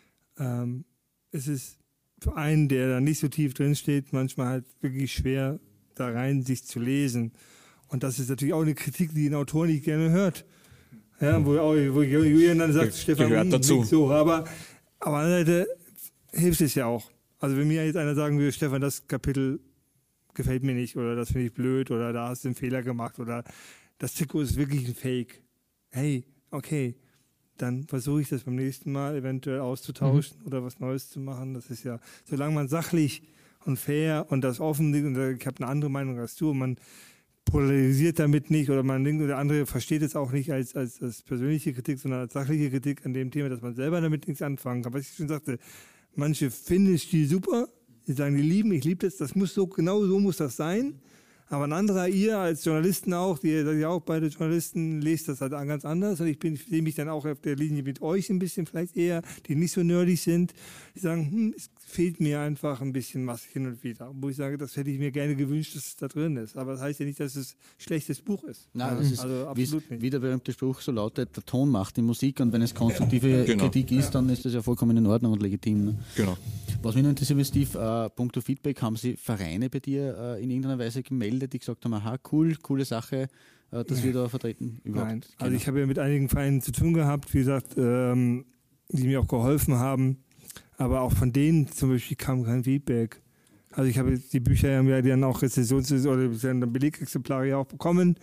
Es ist für einen, der da nicht so tief drin steht, manchmal halt wirklich schwer, da rein sich zu lesen. Und das ist natürlich auch eine Kritik, die ein Autor nicht gerne hört. Ja, wo Julian dann sagt, Stefan, gehört dazu. So, aber andererseits hilft es ja auch. Also wenn mir jetzt einer sagen würde, Stefan, das Kapitel gefällt mir nicht oder das finde ich blöd oder da hast du einen Fehler gemacht oder das Trikot ist wirklich ein Fake. Hey, okay, dann versuche ich das beim nächsten Mal eventuell auszutauschen oder was Neues zu machen. Das ist ja, solange man sachlich und fair und das offen liegt und ich habe eine andere Meinung als du und man polarisiert damit nicht oder man denkt, der andere versteht es auch nicht als persönliche Kritik, sondern als sachliche Kritik an dem Thema, dass man selber damit nichts anfangen kann. Was ich schon sagte, manche finden den Stil super, die sagen, ich liebe das muss so, genau so muss das sein. Aber ein anderer, ihr als Journalisten auch, die seid ja auch beide Journalisten, lest das halt ganz anders. Und ich sehe mich dann auch auf der Linie mit euch ein bisschen, vielleicht eher, die nicht so nerdig sind. Die sagen, es fehlt mir einfach ein bisschen was hin und wieder. Wo ich sage, das hätte ich mir gerne gewünscht, dass es da drin ist. Aber das heißt ja nicht, dass es ein schlechtes Buch ist. Nein, das ist also absolut nicht. Wie der berühmte Spruch so lautet, der Ton macht die Musik und wenn es konstruktive Kritik ist, dann ist das ja vollkommen in Ordnung und legitim. Ne? Genau. Was mich noch interessiert, Steve, punkto Feedback, haben Sie Vereine bei dir in irgendeiner Weise gemeldet, die gesagt haben, aha, coole Sache, dass wir da vertreten? Nein, also ich habe ja mit einigen Vereinen zu tun gehabt, wie gesagt, die mir auch geholfen haben, aber auch von denen zum Beispiel kam kein Feedback. Also ich habe die Bücher haben ja dann auch Rezensions- oder Belegexemplare ja auch bekommen.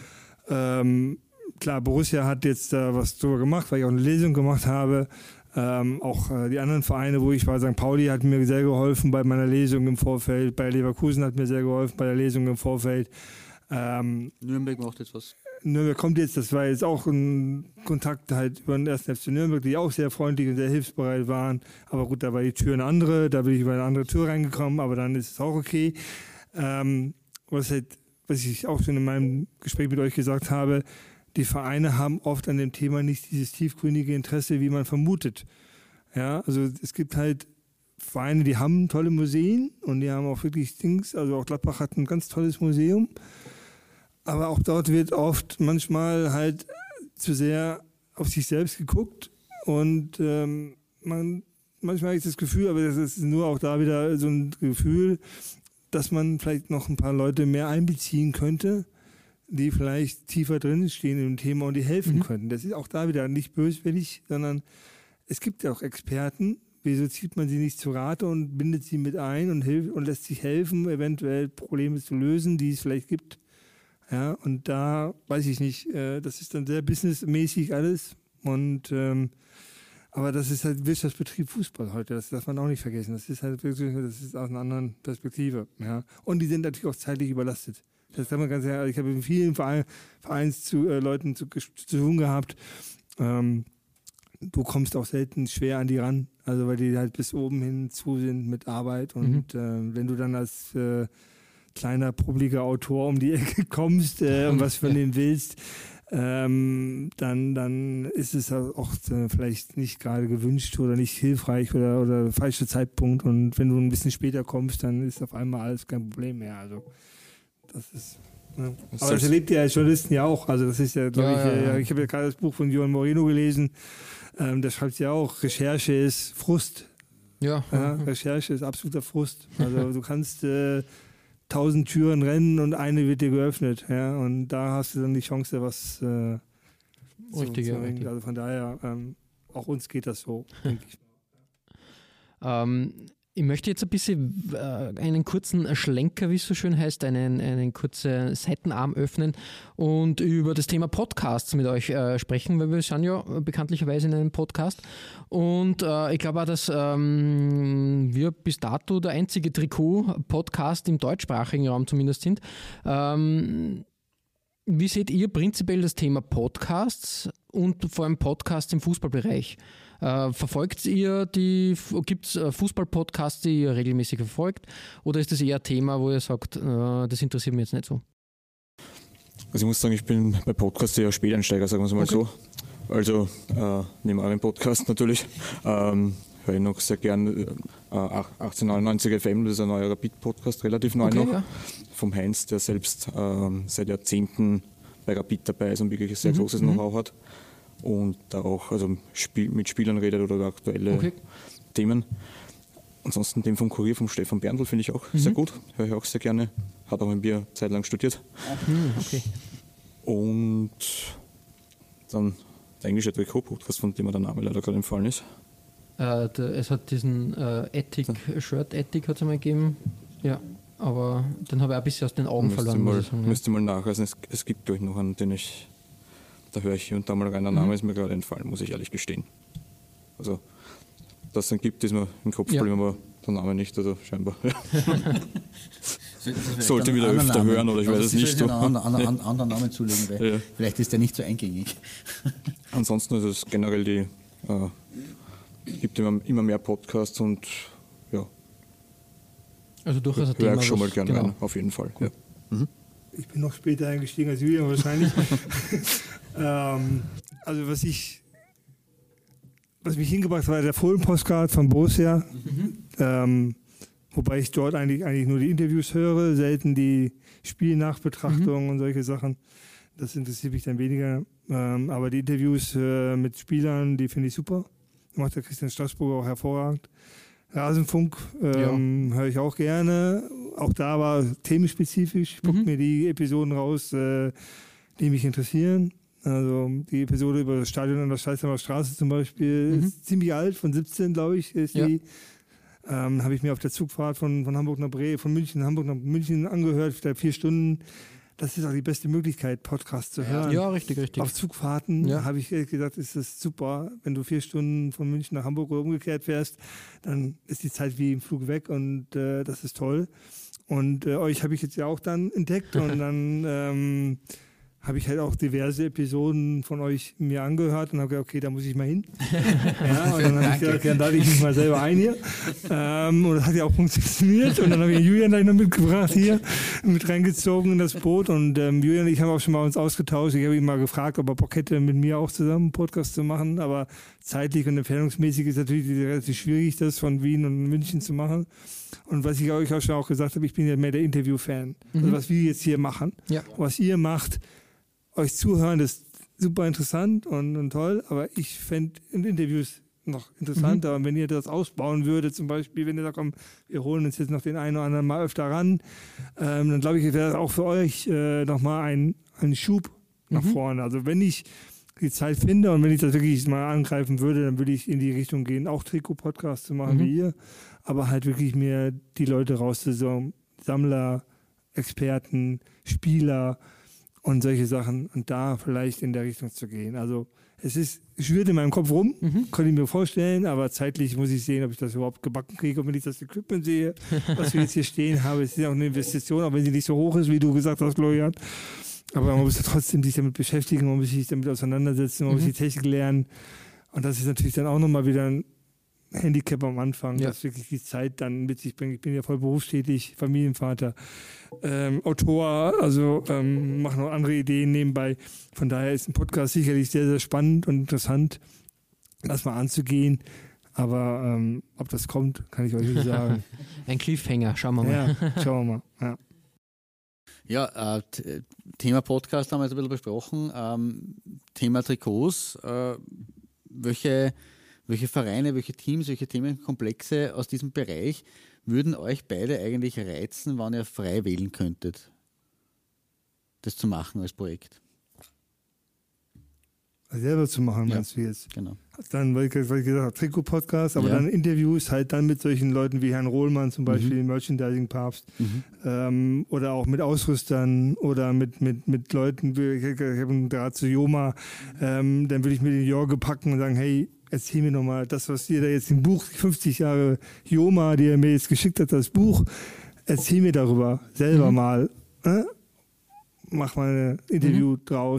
Klar, Borussia hat jetzt was drüber gemacht, weil ich auch eine Lesung gemacht habe. Auch die anderen Vereine, wo ich war, St. Pauli hat mir sehr geholfen bei meiner Lesung im Vorfeld, bei Leverkusen hat mir sehr geholfen bei der Lesung im Vorfeld. Nürnberg macht jetzt was. Nürnberg kommt jetzt, das war jetzt auch ein Kontakt halt über den 1. FC Nürnberg, die auch sehr freundlich und sehr hilfsbereit waren. Aber gut, da war die Tür eine andere, da bin ich über eine andere Tür reingekommen, aber dann ist es auch okay. Was ich auch schon in meinem Gespräch mit euch gesagt habe, die Vereine haben oft an dem Thema nicht dieses tiefgründige Interesse, wie man vermutet. Ja, also es gibt halt Vereine, die haben tolle Museen und die haben auch wirklich Dings, also auch Gladbach hat ein ganz tolles Museum, aber auch dort wird oft manchmal halt zu sehr auf sich selbst geguckt und manchmal habe ich das Gefühl, aber das ist nur auch da wieder so ein Gefühl, dass man vielleicht noch ein paar Leute mehr einbeziehen könnte, die vielleicht tiefer drin stehen im Thema und die helfen könnten. Das ist auch da wieder nicht böswillig, sondern es gibt ja auch Experten. Wieso zieht man sie nicht zu Rate und bindet sie mit ein und hilft und lässt sich helfen, eventuell Probleme zu lösen, die es vielleicht gibt. Ja, und da weiß ich nicht, das ist dann sehr businessmäßig alles. Und aber das ist halt Wirtschaftsbetrieb Fußball heute, das darf man auch nicht vergessen. Das ist halt wirklich, das ist aus einer anderen Perspektive. Ja. Und die sind natürlich auch zeitlich überlastet. Das kann man ganz ehrlich, ich habe mit vielen Leuten zu tun gehabt. Du kommst auch selten schwer an die ran, also weil die halt bis oben hin zu sind mit Arbeit. Und wenn du dann als kleiner, publiker Autor um die Ecke kommst und was von denen willst, dann ist es auch vielleicht nicht gerade gewünscht oder nicht hilfreich oder falscher Zeitpunkt. Und wenn du ein bisschen später kommst, dann ist auf einmal alles kein Problem mehr. Also das ist. Ja. Aber das erlebt ihr als Journalisten ja auch. Also das ist ja, glaube ich habe ja gerade das Buch von Johan Moreno gelesen. Da schreibt ja auch, Recherche ist Frust. Ja. Recherche ist absoluter Frust. Also du kannst 1000 Türen rennen und eine wird dir geöffnet. Ja? Und da hast du dann die Chance, was zu bringen. Also von daher, auch uns geht das so, denke ich. Ich möchte jetzt ein bisschen einen kurzen Schlenker, wie es so schön heißt, einen kurzen Seitenarm öffnen und über das Thema Podcasts mit euch sprechen, weil wir sind ja bekanntlicherweise in einem Podcast. Und ich glaube auch, dass wir bis dato der einzige Trikot-Podcast im deutschsprachigen Raum zumindest sind. Wie seht ihr prinzipiell das Thema Podcasts und vor allem Podcasts im Fußballbereich? Verfolgt ihr gibt es Fußball-Podcasts, die ihr regelmäßig verfolgt, oder ist das eher ein Thema, wo ihr sagt, das interessiert mich jetzt nicht so? Also ich muss sagen, ich bin bei Podcasts eher Späteinsteiger, sagen wir es mal so. Also neben eurem Podcast natürlich höre ich noch sehr gern 1899 FM, das ist ein neuer Rapid-Podcast, relativ neu noch, ja. Vom Heinz, der selbst seit Jahrzehnten bei Rapid dabei ist und wirklich ein sehr großes Know-how hat und da auch also mit Spielern redet oder über aktuelle Themen. Ansonsten den vom Kurier, vom Stefan Berndl, finde ich auch sehr gut, höre ich auch sehr gerne, hat auch ein Bier zeitlang studiert. Und dann der englische Trikot-Podcast, von dem mir der Name leider gerade entfallen ist. Es hat diesen Shirt Ethic hat es einmal gegeben, ja, aber den habe ich auch ein bisschen aus den Augen verloren. Müsste mal nachweisen, es gibt glaube ich noch einen, da höre ich hier und da mal rein, der Name ist mir gerade entfallen, muss ich ehrlich gestehen. Also, dass es dann gibt, ist mir im Kopf geblieben, aber der Name nicht, also scheinbar. Sollte wieder öfter hören oder ich weiß es nicht. Einen anderen Namen zulegen, weil vielleicht ist der nicht so eingängig. Ansonsten ist es generell gibt immer mehr Podcasts und ja. Also durchaus ein Thema. Höre ich schon mal gerne rein, auf jeden Fall. Ja. Ich bin noch später eingestiegen als Julian wahrscheinlich. Also was mich hingebracht hat, war der Fohlen-Postcard von Borussia. Wobei ich dort eigentlich nur die Interviews höre, selten die Spielnachbetrachtung und solche Sachen. Das interessiert mich dann weniger. Aber die Interviews mit Spielern, die finde ich super. Macht der Christian Straßburger auch hervorragend. Rasenfunk höre ich auch gerne. Auch da war themenspezifisch. Ich gucke mir die Episoden raus, die mich interessieren. Also die Episode über das Stadion an der Schleißheimer Straße zum Beispiel ist ziemlich alt, von 17, glaube ich, ist die. Habe ich mir auf der Zugfahrt von Hamburg nach von Hamburg nach München angehört, vielleicht 4 Stunden. Das ist auch die beste Möglichkeit, Podcasts zu hören. Ja, richtig. Auf Zugfahrten habe ich ehrlich gesagt, ist das super. Wenn du 4 Stunden von München nach Hamburg oder umgekehrt fährst, dann ist die Zeit wie im Flug weg und das ist toll. Und euch habe ich jetzt ja auch dann entdeckt und dann habe ich halt auch diverse Episoden von euch mir angehört und habe gedacht, okay, da muss ich mal hin. Ja, und dann habe ich gedacht, dann lade ich mich mal selber ein hier. Und das hat ja auch funktioniert. Und dann habe ich Julian gleich noch mitgebracht hier, mit reingezogen in das Boot. Und Julian und ich haben auch schon mal uns ausgetauscht. Ich habe ihn mal gefragt, ob er Bock hätte, mit mir auch zusammen einen Podcast zu machen. Aber zeitlich und entfernungsmäßig ist natürlich relativ schwierig, das von Wien und München zu machen. Und was ich euch auch schon gesagt habe, ich bin ja mehr der Interview-Fan. Also was wir jetzt hier machen, was ihr macht, euch zuhören, das ist super interessant und toll, aber ich fände Interviews noch interessanter. Und wenn ihr das ausbauen würdet, zum Beispiel, wenn ihr sagt, komm, wir holen uns jetzt noch den einen oder anderen mal öfter ran, dann glaube ich, wäre das auch für euch nochmal ein Schub nach vorne. Also wenn ich die Zeit finde und wenn ich das wirklich mal angreifen würde, dann würde ich in die Richtung gehen, auch Trikot-Podcasts zu machen wie ihr, aber halt wirklich mir die Leute rauszusuchen, Sammler, Experten, Spieler und solche Sachen und da vielleicht in der Richtung zu gehen. Also es schwirrt in meinem Kopf rum, kann ich mir vorstellen, aber zeitlich muss ich sehen, ob ich das überhaupt gebacken kriege. Und wenn ich das Equipment sehe, was wir jetzt hier stehen haben, ist ja auch eine Investition, auch wenn sie nicht so hoch ist, wie du gesagt hast, Florian. Aber man muss ja trotzdem sich damit beschäftigen, man muss sich damit auseinandersetzen, man muss die Technik lernen. Und das ist natürlich dann auch nochmal wieder ein Handicap am Anfang, dass wirklich die Zeit dann mit sich bringt. Ich bin ja voll berufstätig, Familienvater, Autor, also mache noch andere Ideen nebenbei. Von daher ist ein Podcast sicherlich sehr, sehr spannend und interessant, das mal anzugehen. Aber ob das kommt, kann ich euch nicht sagen. Ein Cliffhanger, schauen wir mal. Ja, schauen wir mal. Ja, Thema Podcast haben wir jetzt ein bisschen besprochen. Thema Trikots. Welche Vereine, welche Teams, welche Themenkomplexe aus diesem Bereich würden euch beide eigentlich reizen, wann ihr frei wählen könntet, das zu machen als Projekt? Selber zu machen, meinst du jetzt? Genau. Dann, weil ich gesagt habe, Trikot-Podcast, aber dann Interviews halt dann mit solchen Leuten wie Herrn Rohlmann zum Beispiel, den Merchandising-Papst, oder auch mit Ausrüstern oder mit Leuten, ich habe einen Draht zu Joma, dann würde ich mir den Jorge packen und sagen, hey, erzähl mir nochmal das, was ihr da jetzt im Buch, 50 Jahre Joma, die er mir jetzt geschickt hat, das Buch, erzähl mir darüber selber mal, mach mal ein Interview draus.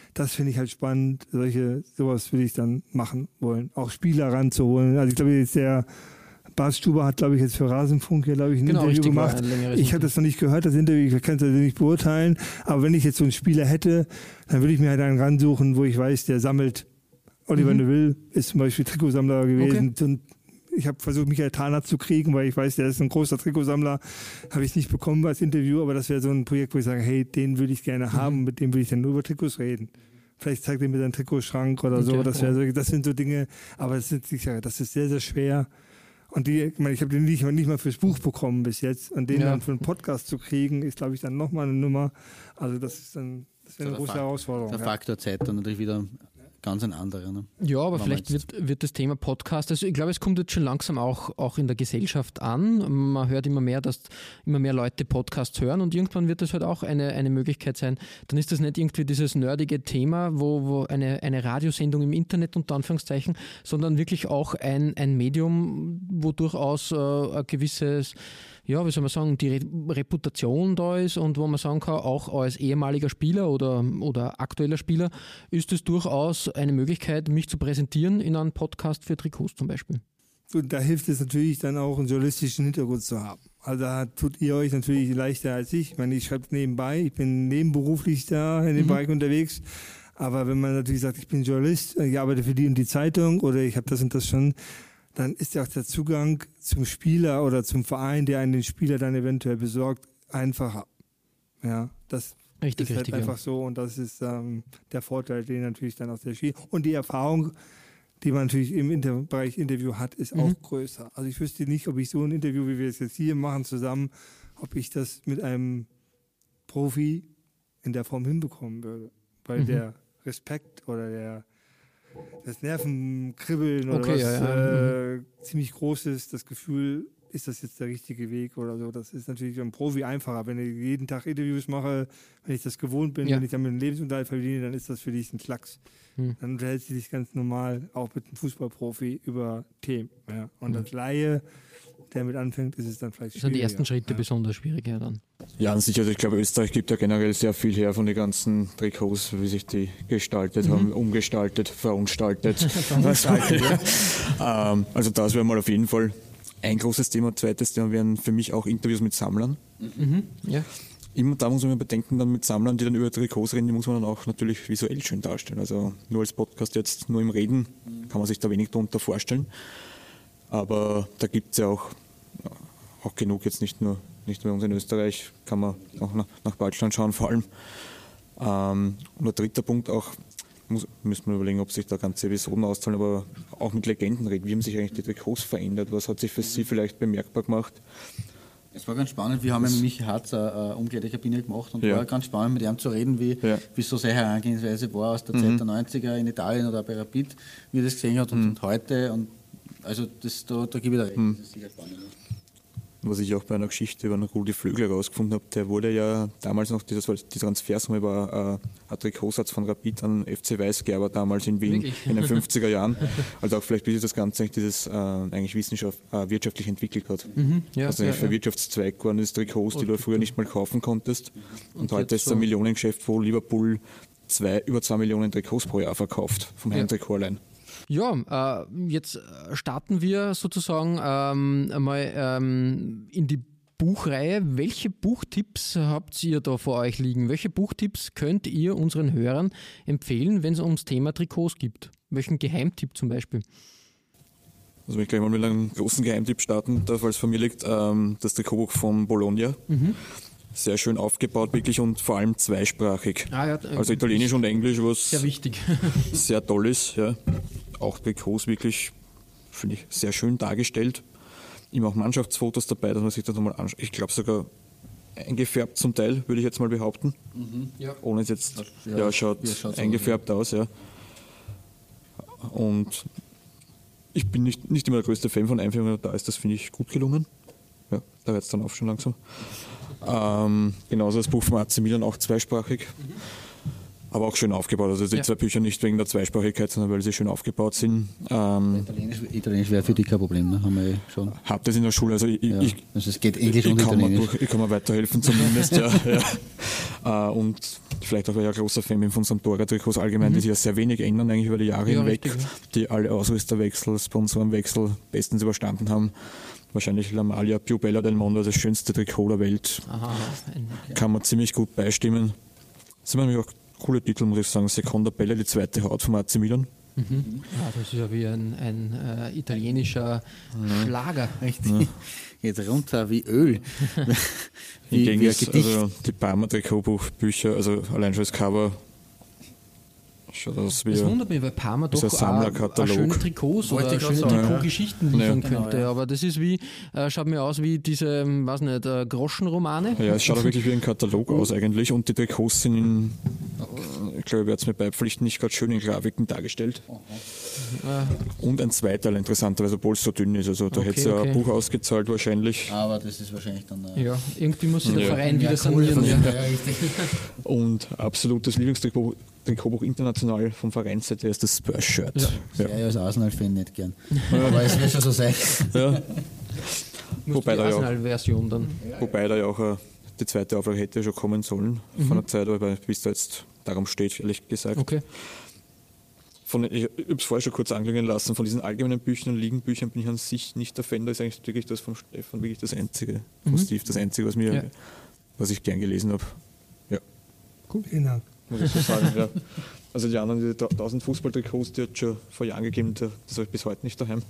das finde ich halt spannend. Sowas würde ich dann machen wollen. Auch Spieler ranzuholen. Also ich glaube, jetzt der Bas Stuber hat, glaube ich, jetzt für Rasenfunk hier, glaube ich, ein Interview gemacht. Ich habe das noch nicht gehört, das Interview, ich kann es also nicht beurteilen. Aber wenn ich jetzt so einen Spieler hätte, dann würde ich mir halt einen ransuchen, wo ich weiß, der sammelt. Oliver Neville ist zum Beispiel Trikotsammler gewesen. Okay. Und ich habe versucht, Michael Tarnack zu kriegen, weil ich weiß, der ist ein großer Trikotsammler. Habe ich nicht bekommen als Interview, aber das wäre so ein Projekt, wo ich sage, hey, den würde ich gerne haben, mit dem würde ich dann nur über Trikots reden. Vielleicht zeigt er mir seinen Trikotschrank oder so. Das sind so Dinge, aber das ist sehr, sehr schwer. Und ich habe den nicht mal fürs Buch bekommen bis jetzt. Und den dann für einen Podcast zu kriegen, ist, glaube ich, dann nochmal eine Nummer. Also das wäre eine große Herausforderung. Der Faktor Zeit dann natürlich wieder ganz ein anderer. Ne? Ja, aber vielleicht wird das Thema Podcast, also ich glaube, es kommt jetzt schon langsam auch in der Gesellschaft an. Man hört immer mehr, dass immer mehr Leute Podcasts hören und irgendwann wird das halt auch eine Möglichkeit sein. Dann ist das nicht irgendwie dieses nerdige Thema, wo eine Radiosendung im Internet unter Anführungszeichen, sondern wirklich auch ein Medium, wo durchaus ein gewisses, ja, wie soll man sagen, die Reputation da ist und wo man sagen kann, auch als ehemaliger Spieler oder aktueller Spieler ist es durchaus eine Möglichkeit, mich zu präsentieren in einem Podcast für Trikots zum Beispiel. Und da hilft es natürlich dann auch, einen journalistischen Hintergrund zu haben. Also da tut ihr euch natürlich leichter als ich. Ich meine, ich schreibe nebenbei, ich bin nebenberuflich da in dem Bereich unterwegs. Aber wenn man natürlich sagt, ich bin Journalist, ich arbeite für die und die Zeitung oder ich habe das und das schon, dann ist ja auch der Zugang zum Spieler oder zum Verein, der einen den Spieler dann eventuell besorgt, einfacher. Ja, das ist halt einfach so und das ist der Vorteil, den natürlich dann auch der Spieler und die Erfahrung, die man natürlich im Bereich Interview hat, ist auch größer. Also ich wüsste nicht, ob ich so ein Interview, wie wir es jetzt hier machen zusammen, ob ich das mit einem Profi in der Form hinbekommen würde, weil der Respekt oder das Nervenkribbeln oder ziemlich groß ist, das Gefühl, ist das jetzt der richtige Weg oder so. Das ist natürlich für einen Profi einfacher. Wenn ich jeden Tag Interviews mache, wenn ich das gewohnt bin, wenn ich damit einen Lebensunterhalt verdiene, dann ist das für dich ein Klacks. Dann unterhältst du dich ganz normal, auch mit einem Fußballprofi, über Themen. Ja. Und als Laie, der mit anfängt, ist es dann vielleicht schwieriger. Das sind die ersten Schritte besonders schwieriger dann. Ja, sicher. Also ich glaube, Österreich gibt ja generell sehr viel her von den ganzen Trikots, wie sich die gestaltet haben, umgestaltet, verunstaltet. Also das wäre mal auf jeden Fall ein großes Thema. Zweites Thema wären für mich auch Interviews mit Sammlern. Ja. Immer da muss man bedenken, dann mit Sammlern, die dann über Trikots reden, die muss man dann auch natürlich visuell schön darstellen. Also nur als Podcast jetzt, nur im Reden, kann man sich da wenig darunter vorstellen. Aber da gibt es ja auch genug, jetzt nicht nur bei uns in Österreich, kann man auch nach Deutschland schauen vor allem. Und der dritte Punkt auch, müssen wir überlegen, ob sich da ganze Episoden auszahlen, aber auch mit Legenden reden. Wie haben sich eigentlich die Trikots verändert? Was hat sich für Sie vielleicht bemerkbar gemacht? Es war ganz spannend, wir haben mit Michi Hartz eine Umkleidekabine gemacht und war ganz spannend mit ihm zu reden, wie so seine Herangehensweise war aus der Zeit der 90er in Italien oder bei Rapid, wie er das gesehen hat und heute. Und also da gebe ich da recht, das ist sicher spannend. Was ich auch bei einer Geschichte über einen Rudi Flögler herausgefunden habe, der wurde ja damals noch, die Transfersumme war ein Trikotsatz von Rapid an FC Weißgerber damals in Wien. Wirklich? In den 50er Jahren. Also auch vielleicht, wie sich das Ganze eigentlich wirtschaftlich entwickelt hat. Also eigentlich für Wirtschaftszweig waren das Trikots, die du früher nicht mal kaufen konntest. Und heute ist es ein Millionengeschäft, wo Liverpool über 2 Millionen Trikots pro Jahr verkauft, vom Heimtrikot allein. Ja, jetzt starten wir sozusagen einmal in die Buchreihe. Welche Buchtipps habt ihr da vor euch liegen? Welche Buchtipps könnt ihr unseren Hörern empfehlen, wenn es ums Thema Trikots geht? Welchen Geheimtipp zum Beispiel? Also wenn ich gleich mal mit einem großen Geheimtipp starten darf, weil es von mir liegt, das Trikotbuch von Bologna. Sehr schön aufgebaut wirklich und vor allem zweisprachig. Also Italienisch und Englisch, was sehr wichtig. Sehr toll ist. Ja. Auch Trikots wirklich, finde ich, sehr schön dargestellt. Immer auch Mannschaftsfotos dabei, dass man sich das nochmal anschaut. Ich glaube sogar eingefärbt zum Teil, würde ich jetzt mal behaupten. Ohne es jetzt, schaut eingefärbt aus. Ja. Und ich bin nicht immer der größte Fan von Einführungen, aber da ist das, finde ich, gut gelungen. Ja, da hört es dann auf schon langsam. Genauso das Buch vom AC Milan, auch zweisprachig. Aber auch schön aufgebaut. Also die zwei Bücher nicht wegen der Zweisprachigkeit, sondern weil sie schön aufgebaut sind. Italienisch wäre für dich kein Problem, ne? Haben wir schon. Hab das in der Schule. Also es geht Englisch und Italienisch. Ich kann mir weiterhelfen zumindest. Und vielleicht auch, weil ich ein großer Fan bin von Sampdoria-Trikots allgemein, die sich ja sehr wenig ändern eigentlich über die Jahre hinweg, richtig, die alle Ausrüsterwechsel, Sponsorenwechsel bestens überstanden haben. Wahrscheinlich La Maglia Più Bella del Mondo, das schönste Trikot der Welt. Aha, Kann man ziemlich gut beistimmen. Das sind nämlich auch coole Titel, muss ich sagen. Seconda Bella, die zweite Haut vom AC Milan. Ja, das ist ja wie ein italienischer Schlager. Richtig. Ja. Geht runter wie Öl. Hingegen ist also die Parma-Trikotbuchbücher, also allein schon das Cover, schaut aus wie das wundert mich, weil Parma doch auch schöne Trikots oder schöne Trikotgeschichten liefern könnte. Genau, ja. Aber das ist wie, schaut mir aus wie diese, weiß nicht, Groschenromane. Ja, es schaut auch wirklich wie ein Katalog aus eigentlich und die Trikots sind in, ich glaube, ich werde es mir beipflichten, nicht gerade schön in Grafiken dargestellt. Und ein Zweiteil interessanterweise, obwohl es so dünn ist. Also da hätte es ja ein Buch ausgezahlt wahrscheinlich. Aber das ist wahrscheinlich dann... ja, irgendwie muss sich der Verein wieder sanieren. Und absolutes Lieblingstrikotbuch international vom Vereinsseite ist das Spurs-Shirt. Ja. Das wäre ja als Arsenal-Fan nicht gern. Aber es wird schon so sein. Ja. Wobei die Arsenal-Version dann. Wobei da ja auch die zweite Auflage hätte schon kommen sollen von der Zeit, aber bis da jetzt darum steht, ehrlich gesagt. Okay. Ich habe es vorher schon kurz anklingen lassen, von diesen allgemeinen Büchern und Liegenbüchern bin ich an sich nicht der Fan, da ist eigentlich wirklich das von Stefan wirklich das Einzige, von Steve das Einzige, was ich gern gelesen habe. Ja. Cool, vielen Dank. Muss ich so sagen, ja. Also die anderen, die 1000 Fußballtrikots, die hat es schon vor Jahren gegeben, das habe ich bis heute nicht daheim.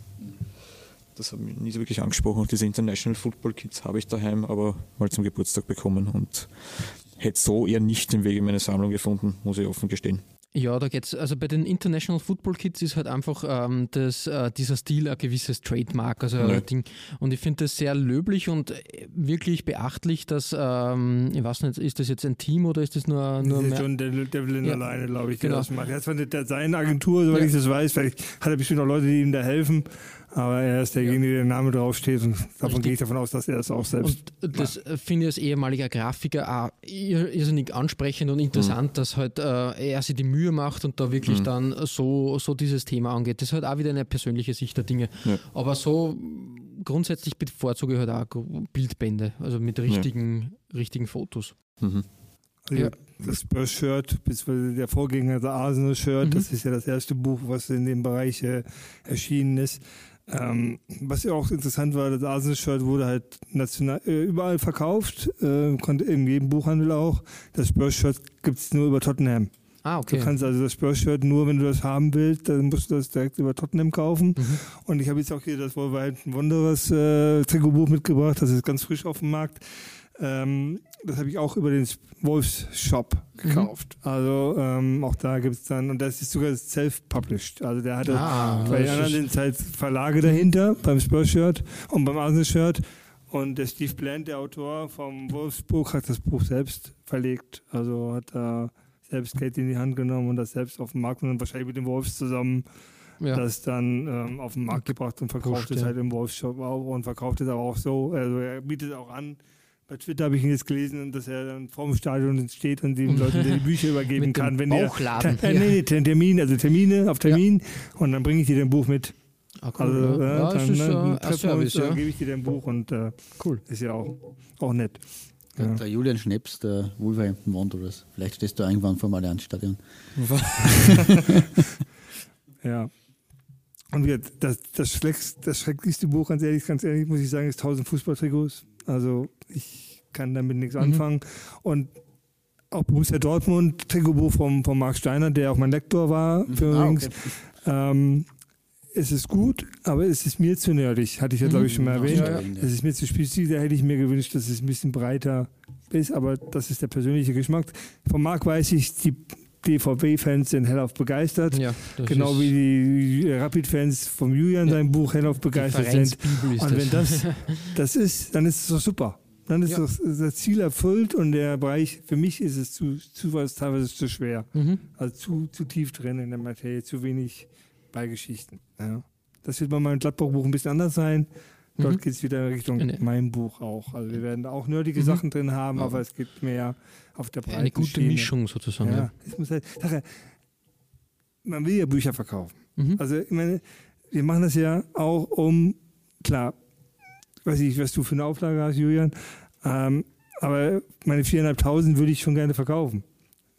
Das hat mich nie so wirklich angesprochen. Diese International Football Kits habe ich daheim, aber mal zum Geburtstag bekommen und hätte so eher nicht den Weg in meine Sammlung gefunden, muss ich offen gestehen. Ja, da geht's. Also bei den International Football Kits ist halt einfach dieser Stil ein gewisses Trademark, also ein Ding. Und ich finde das sehr löblich und wirklich beachtlich, dass, ich weiß nicht, ist das jetzt ein Team oder ist das nur das ist mehr? Schon Devlin alleine, glaube ich, der genau. das macht. Er hat zwar seine Agentur, soweit ich das weiß, vielleicht hat er bestimmt noch Leute, die ihm da helfen, aber er ist derjenige, der Name draufsteht und davon gehe ich davon aus, dass er es auch selbst und das finde ich als ehemaliger Grafiker auch irrsinnig ansprechend und interessant, dass halt er sich die Mühe macht und da wirklich dann so dieses Thema angeht. Das ist halt auch wieder eine persönliche Sicht der Dinge. Ja. Aber so grundsätzlich bevorzuge ich halt auch Bildbände, also mit richtigen Fotos. Also das Spurs-Shirt, beziehungsweise der Vorgänger, der Arsenal-Shirt, das ist ja das erste Buch, was in dem Bereich erschienen ist. Was ja auch interessant war, das Arsenal-Shirt wurde halt national überall verkauft, konnte in jedem Buchhandel auch. Das Spurs-Shirt gibt es nur über Tottenham. Ah, okay. Du kannst also das Spurs-Shirt nur, wenn du das haben willst, dann musst du das direkt über Tottenham kaufen. Und ich habe jetzt auch hier das Wolverhampton Wanderers Trikotbuch mitgebracht, das ist ganz frisch auf dem Markt. Das habe ich auch über den Wolves Shop gekauft. Also auch da gibt es dann, und das ist sogar self-published. Also der hatte bei den anderen sind halt Verlage dahinter, beim Spurs-Shirt und beim Arsenal-Shirt. Und der Steve Bland, der Autor vom Wolfsburg, hat das Buch selbst verlegt. Also hat da selbst Geld in die Hand genommen und das selbst auf den Markt und wahrscheinlich mit den Wolves zusammen das dann auf den Markt gebracht und verkauft es halt im Wolves-Shop auch und verkauft es aber auch so. Also er bietet auch an. Bei Twitter habe ich ihn jetzt gelesen, dass er dann vor dem Stadion steht und den Leuten die Bücher übergeben kann. Wenn Termine auf Termin und dann bringe ich dir dein Buch mit. Ah, cool, dann Service, gebe ich dir dein Buch und cool. Ist ja auch nett. Ja. Der Julian Schneps, der Wolverhampton Wanderers. Vielleicht stehst du irgendwann vor dem Allianzstadion. Ja. Und das schrecklichste Buch, ganz ehrlich, muss ich sagen, ist 1000 Fußballtrikots. Also ich kann damit nichts anfangen. Und auch Borussia Dortmund, Trikotbuch von Marc Steiner, der auch mein Lektor war für übrigens. Okay. Es ist gut, aber es ist mir zu nerdig, hatte ich ja glaube ich schon mal erwähnt. Ja. Es ist mir zu spießig, da hätte ich mir gewünscht, dass es ein bisschen breiter ist, aber das ist der persönliche Geschmack. Von Marc weiß ich, die DVB-Fans sind hellauf begeistert, genau wie die Rapid-Fans vom Julian sein Buch hellauf begeistert sind. Und wenn das ist, dann ist es doch super. Dann ist das Ziel erfüllt und der Bereich, für mich ist es teilweise zu schwer. Also zu tief drin in der Materie, zu wenig Beigeschichten. Ja. Das wird bei meinem Gladbach-Buch ein bisschen anders sein. Dort geht es wieder in Richtung mein Buch auch. Also wir werden auch nerdige Sachen drin haben, aber es gibt mehr auf der breiten eine gute Schiene. Mischung sozusagen. Ja. Es muss halt, man will ja Bücher verkaufen. Also ich meine, wir machen das ja auch klar, weiß ich, was du für eine Auflage hast, Julian, aber meine 4.500 würde ich schon gerne verkaufen.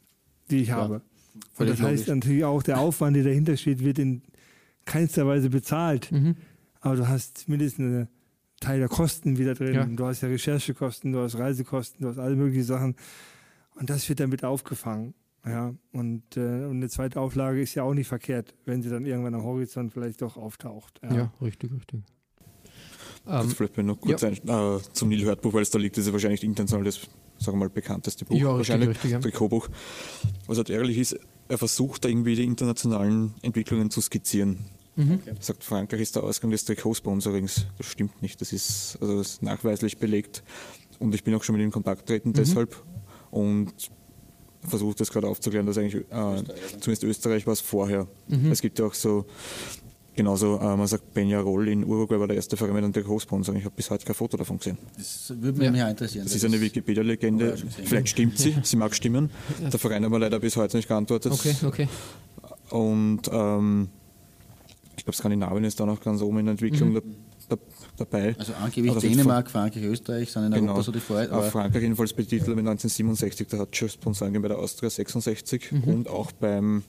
die ich habe. Und das heißt logisch. natürlich auch, der Aufwand, der dahinter steht, wird in keinster Weise bezahlt. Aber du hast mindestens einen Teil der Kosten wieder drin. Ja. Du hast ja Recherchekosten, du hast Reisekosten, du hast alle möglichen Sachen. Und das wird damit aufgefangen. Ja, und eine zweite Auflage ist ja auch nicht verkehrt, wenn sie dann irgendwann am Horizont vielleicht doch auftaucht. Ja, richtig. Jetzt vielleicht noch kurz zum Neil Hurd Buch, weil es da liegt, ist ja wahrscheinlich international das, sagen wir mal, bekannteste Buch, Ja, wahrscheinlich, richtig, ja. Trikotbuch. Was halt ärgerlich ist, er versucht da irgendwie die internationalen Entwicklungen zu skizzieren. Er sagt, Frankreich ist der Ausgang des Trikotsponsorings. Das stimmt nicht, das ist nachweislich belegt. Und ich bin auch schon mit ihm in Kontakt getreten deshalb und versucht das gerade aufzuklären, dass eigentlich zumindest Österreich war es vorher. Es gibt ja auch so, genauso, man sagt, Peñarol in Uruguay war der erste Verein mit einem Trikotsponsoring. Ich habe bis heute kein Foto davon gesehen. Das würde mich auch interessieren. Das ist eine Wikipedia-Legende. Vielleicht stimmt sie mag stimmen. Der Verein hat mir leider bis heute nicht geantwortet. Okay. Und ich glaube, Skandinavien ist da noch ganz oben in der Entwicklung dabei. Also angeblich Aber Dänemark, Frankreich, Österreich sind in Europa so die Vorreiter. Auch Frankreich jedenfalls betitelt mit 1967, da hat schon Sponsoring bei der Austria 66 und auch beim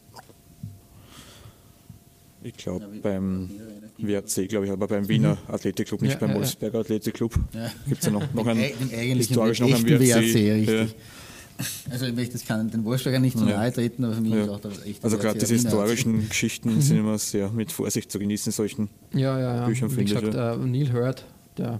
WRC, glaube ich, aber beim Wiener Athletikclub, nicht beim Wolfsberger Athletikclub. Gibt es ja noch einen historisch noch einen WRC, WRC. richtig. Also das kann den Wolfsberger nicht so nahe treten, aber für mich ist auch der echte Also gerade diese WRC historischen Geschichten sind immer sehr mit Vorsicht zu genießen in solchen Büchern, Wie finde ich. gesagt, Neil Hurd, der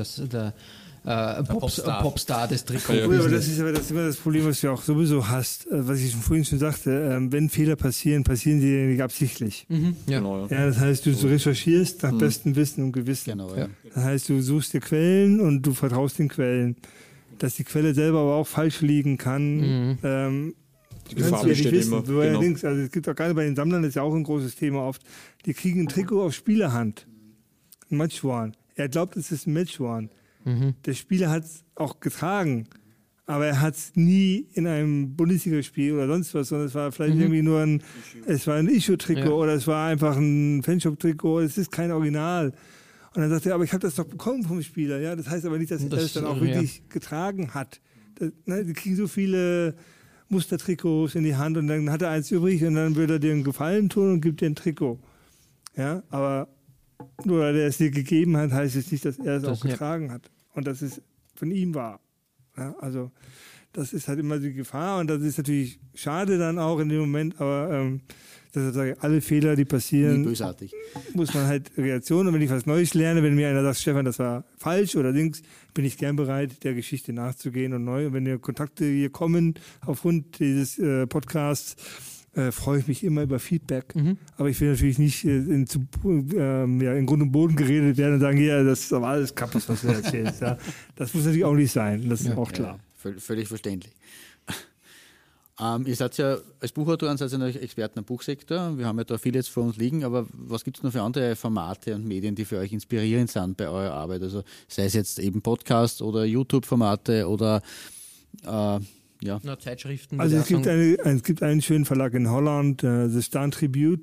Popstar des Trikots. Ja, aber das ist immer das Problem, was du auch sowieso hast, was ich vorhin schon sagte, wenn Fehler passieren sie nicht absichtlich. Genau, Ja, das heißt, du recherchierst nach bestem Wissen und Gewissen. Genau, ja. Das heißt, du suchst dir Quellen und du vertraust den Quellen. Dass die Quelle selber aber auch falsch liegen kann, Die Gefahr besteht immer. Genau. Also es gibt auch gerade bei den Sammlern, das ist ja auch ein großes Thema oft, die kriegen ein Trikot auf Spielerhand, ein Matchworn. Er glaubt, es ist ein Matchworn. Der Spieler hat es auch getragen, aber er hat es nie in einem Bundesligaspiel oder sonst was, sondern es war vielleicht irgendwie nur ein Issue-Trikot oder es war einfach ein Fanshop-Trikot, es ist kein Original. Und dann sagt er, aber ich habe das doch bekommen vom Spieler. Ja, das heißt aber nicht, dass er das dann auch wirklich getragen hat. Die kriegen so viele Mustertrikots in die Hand und dann hat er eins übrig und dann würde er dir einen Gefallen tun und gibt dir ein Trikot. Ja, aber nur weil er es dir gegeben hat, heißt es nicht, dass er es auch getragen hat. Und dass es von ihm war. Ja, also das ist halt immer die Gefahr und das ist natürlich schade dann auch in dem Moment, aber alle Fehler, die passieren, bösartig. Muss man halt Reaktionen. Und wenn ich was Neues lerne, wenn mir einer sagt, Stefan, das war falsch oder links, bin ich gern bereit, der Geschichte nachzugehen und neu. Und wenn Kontakte hier kommen aufgrund dieses Podcasts, freue ich mich immer über Feedback. Aber ich will natürlich nicht in Grund und Boden geredet werden und sagen, ja, das war alles Kappes, was du erzählst. Ja. Das muss natürlich auch nicht sein. Das ist auch klar. Völlig verständlich. Ihr seid ja als Buchautoren seid ja Experten im Buchsektor. Wir haben ja da viele jetzt vor uns liegen, aber was gibt es noch für andere Formate und Medien, die für euch inspirierend sind bei eurer Arbeit? Also sei es jetzt eben Podcasts oder YouTube-Formate oder Zeitschriften. Also es gibt einen schönen Verlag in Holland, The Star Tribune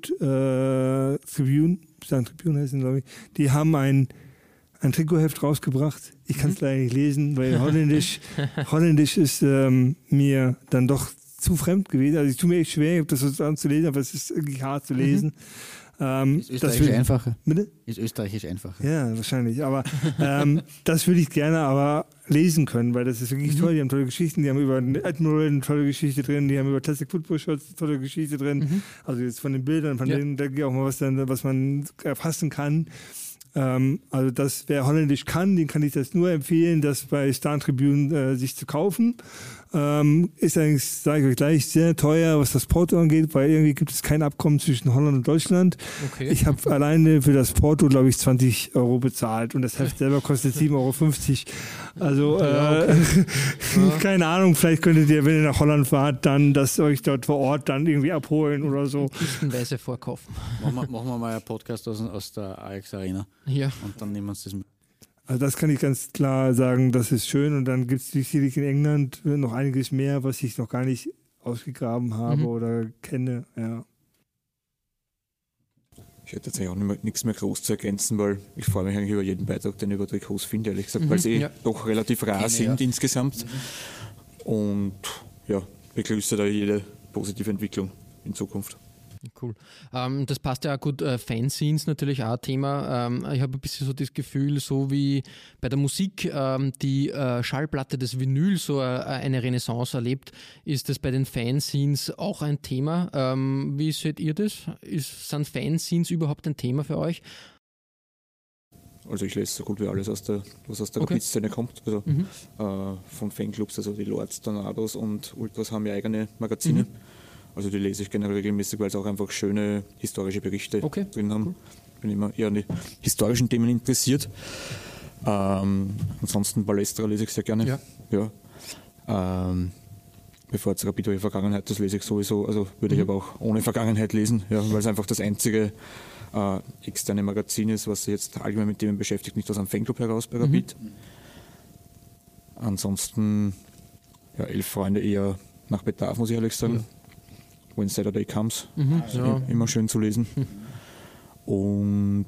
heißt es, glaube ich. Die haben ein Trikotheft rausgebracht. Ich kann es leider nicht lesen, weil Holländisch ist mir dann doch zu fremd gewesen. Also ich tue mir echt schwer, das sozusagen zu lesen, aber es ist irgendwie hart zu lesen. Ist Österreichisch einfacher? Bitte? Ist Österreichisch einfacher. Ja, wahrscheinlich. Aber das würde ich gerne aber lesen können, weil das ist wirklich toll. Die haben tolle Geschichten. Die haben über Admiral eine tolle Geschichte drin. Die haben über Classic Football Shots eine tolle Geschichte drin. Also jetzt von den Bildern, von denen, da geht auch mal was man erfassen kann. Also das, wer Holländisch kann, den kann ich das nur empfehlen, das bei Star Tribune sich zu kaufen. Ist eigentlich, sage ich euch gleich, sehr teuer, was das Porto angeht, weil irgendwie gibt es kein Abkommen zwischen Holland und Deutschland. Okay. Ich habe alleine für das Porto, glaube ich, 20 € bezahlt und das Heft selber kostet 7,50 €. Also keine Ahnung, vielleicht könntet ihr, wenn ihr nach Holland fahrt, dann das euch dort vor Ort dann irgendwie abholen oder so. Kistenweise vorkaufen. Machen wir mal einen Podcast aus der Ajax Arena. Ja. Und dann nehmen wir uns das mit. Also das kann ich ganz klar sagen, das ist schön. Und dann gibt es sicherlich in England noch einiges mehr, was ich noch gar nicht ausgegraben habe oder kenne. Ja. Ich hätte jetzt eigentlich auch nichts mehr groß zu ergänzen, weil ich freue mich eigentlich über jeden Beitrag, den ich über Trikots finde, ehrlich gesagt, weil sie doch relativ rar sind insgesamt. Und ja, begrüße da jede positive Entwicklung in Zukunft. Cool. Das passt ja auch gut. Fanzines natürlich auch ein Thema. Ich habe ein bisschen so das Gefühl, so wie bei der Musik die Schallplatte des Vinyl so eine Renaissance erlebt, ist das bei den Fanzines auch ein Thema. Wie seht ihr das? Sind Fanzines überhaupt ein Thema für euch? Also ich lese so gut wie alles, was aus der Rapid-Szene kommt. Also von Fanclubs, also die Lords, Tornados und Ultras haben ja eigene Magazine. Also die lese ich generell regelmäßig, weil es auch einfach schöne historische Berichte drin haben. Ich bin immer eher an die historischen Themen interessiert. Ansonsten Ballestra lese ich sehr gerne. Ja. Bevor es Rapid über Vergangenheit, das lese ich sowieso. Also würde ich aber auch ohne Vergangenheit lesen, weil es einfach das einzige externe Magazin ist, was sich jetzt allgemein mit Themen beschäftigt, nicht aus einem Fanclub heraus bei Rapid. Ansonsten 11 Freunde eher nach Bedarf, muss ich ehrlich sagen. When Saturday Comes, immer schön zu lesen. Und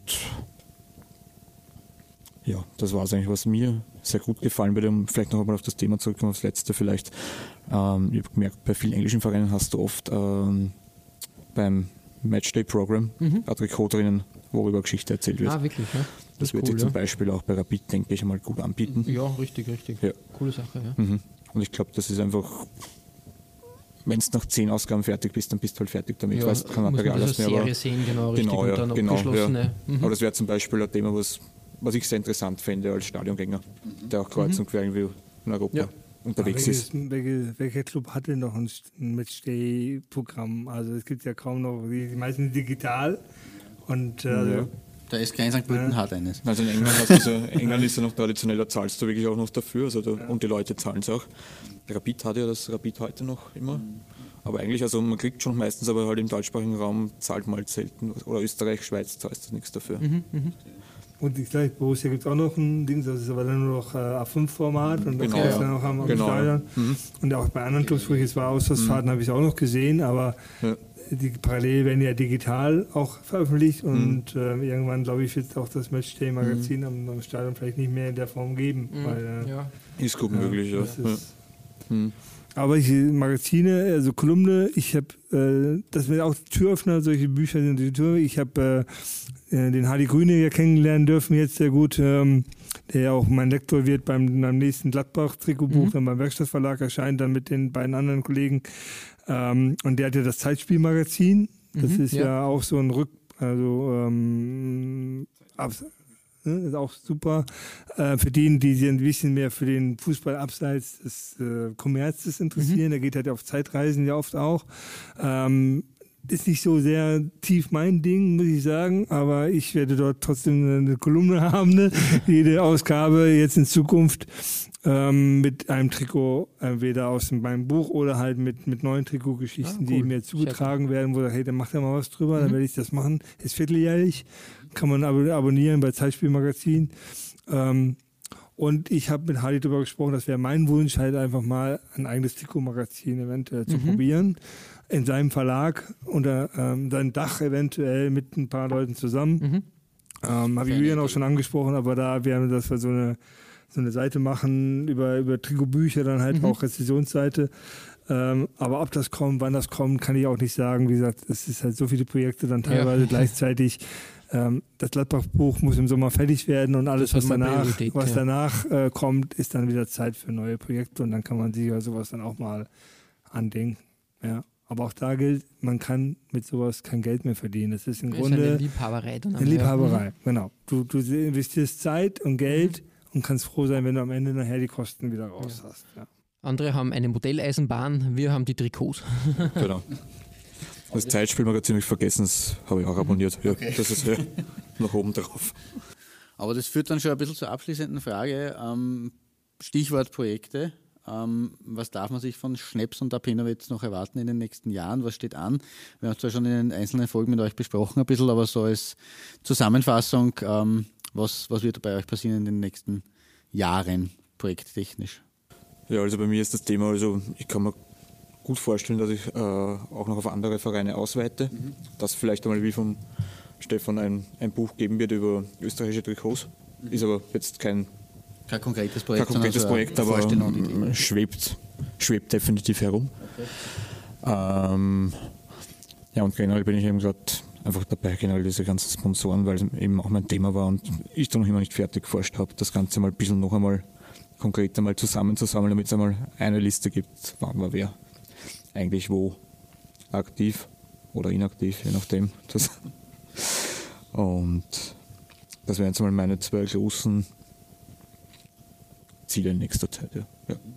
ja, das war es eigentlich, was mir sehr gut gefallen würde, um vielleicht noch einmal auf das Thema zurückzukommen, aufs Letzte vielleicht. Ich habe gemerkt, bei vielen englischen Vereinen hast du oft beim Matchday-Programm Trikot drinnen, worüber Geschichte erzählt wird. Wirklich, ja. Das wird sich zum Beispiel auch bei Rapid, denke ich, einmal gut anbieten. Ja, richtig. Ja. Coole Sache, ja. Und ich glaube, das ist einfach, wenn du nach 10 Ausgaben fertig bist, dann bist du halt fertig damit. Ja, ich weiß, kein Material hast mehr. Serie sehen, richtig, und dann abgeschlossene. Ja. Aber das wäre zum Beispiel ein Thema, was ich sehr interessant fände als Stadiongänger, der auch kreuz und quer irgendwie in Europa unterwegs ist. Welcher Club hat denn noch ein Matchday-Programm? Also es gibt ja kaum noch, die meisten digital. Und Der SK St. Pölten hat eines. Also in England ist ja noch traditionell, da zahlst du wirklich auch noch dafür, und die Leute zahlen es auch. Rapid hat ja das Rapid heute noch immer. Aber eigentlich, also man kriegt schon meistens, aber halt im deutschsprachigen Raum zahlt man halt selten. Oder Österreich, Schweiz zahlst du nichts dafür. Und ich glaube, Borussia gibt es auch noch ein Ding, das ist aber dann nur noch A5-Format und das ist dann auch am Stadion. Und auch bei anderen Clubs, wo ich jetzt war, Auswärtsfahrten, habe ich es auch noch gesehen, aber die parallel werden ja digital auch veröffentlicht und irgendwann, glaube ich, wird auch das Matchday-Magazin am Stadion vielleicht nicht mehr in der Form geben. Weil, ist gut möglich, ja. Aber Magazine, also Kolumne, ich habe, das wird auch Türöffner, solche Bücher sind die Tür. Ich habe den Hardy Grüne ja kennenlernen dürfen jetzt sehr gut, der auch mein Lektor wird beim nächsten Gladbach-Trikotbuch, dann beim Werkstattverlag erscheint, dann mit den beiden anderen Kollegen. Und der hat ja das Zeitspielmagazin, das ist ja auch so ein das ist auch super. Für die sich ein bisschen mehr für den Fußball abseits des Kommerzes interessieren, der geht halt auf Zeitreisen ja oft auch. Ist nicht so sehr tief mein Ding, muss ich sagen, aber ich werde dort trotzdem eine Kolumne haben, jede Ausgabe jetzt in Zukunft mit einem Trikot, entweder aus meinem Buch oder halt mit neuen Trikotgeschichten, die mir zugetragen werden, wo ich sage, hey, dann macht er mal was drüber, dann werde ich das machen. Ist vierteljährlich, kann man abonnieren bei Zeitspielmagazin. Und ich habe mit Hardy darüber gesprochen, das wäre mein Wunsch, halt einfach mal ein eigenes Trikotmagazin eventuell zu probieren. In seinem Verlag, unter seinem Dach eventuell mit ein paar Leuten zusammen. Habe ich Julian auch schon angesprochen, aber da werden wir, dass wir so eine Seite machen über Trikotbücher, dann halt auch Rezensionsseite. Aber ob das kommt, wann das kommt, kann ich auch nicht sagen. Wie gesagt, es ist halt so viele Projekte dann teilweise gleichzeitig. Das Gladbach-Buch muss im Sommer fertig werden und alles, was danach kommt, ist dann wieder Zeit für neue Projekte und dann kann man sich ja sowas dann auch mal andenken. Ja. Aber auch da gilt, man kann mit sowas kein Geld mehr verdienen. Das ist im Grunde eine Liebhaberei. Genau. Du investierst Zeit und Geld und kannst froh sein, wenn du am Ende nachher die Kosten wieder raus hast. Ja. Andere haben eine Modelleisenbahn, wir haben die Trikots. Genau. Das Zeitspielmagazin habe ich vergessen, das habe ich auch abonniert. Ja, das ist noch oben drauf. Aber das führt dann schon ein bisschen zur abschließenden Frage. Stichwort Projekte. Was darf man sich von Schneps und Apinovic noch erwarten in den nächsten Jahren? Was steht an? Wir haben es zwar schon in den einzelnen Folgen mit euch besprochen ein bisschen, aber so als Zusammenfassung, was wird bei euch passieren in den nächsten Jahren projekttechnisch? Ja, also bei mir ist das Thema, also ich kann mir gut vorstellen, dass ich auch noch auf andere Vereine ausweite, dass vielleicht einmal wie von Stefan ein Buch geben wird über österreichische Trikots. Ist aber jetzt kein konkretes Projekt, aber schwebt definitiv herum. Ja, und generell bin ich eben gerade einfach dabei, generell diese ganzen Sponsoren, weil es eben auch mein Thema war und ich da noch immer nicht fertig geforscht habe, das Ganze mal ein bisschen noch einmal konkreter mal zusammenzusammeln, damit es einmal eine Liste gibt, wann war wer eigentlich wo aktiv oder inaktiv, je nachdem. Und das wären jetzt mal meine 2 großen Ziele in nächster Zeit. Ja.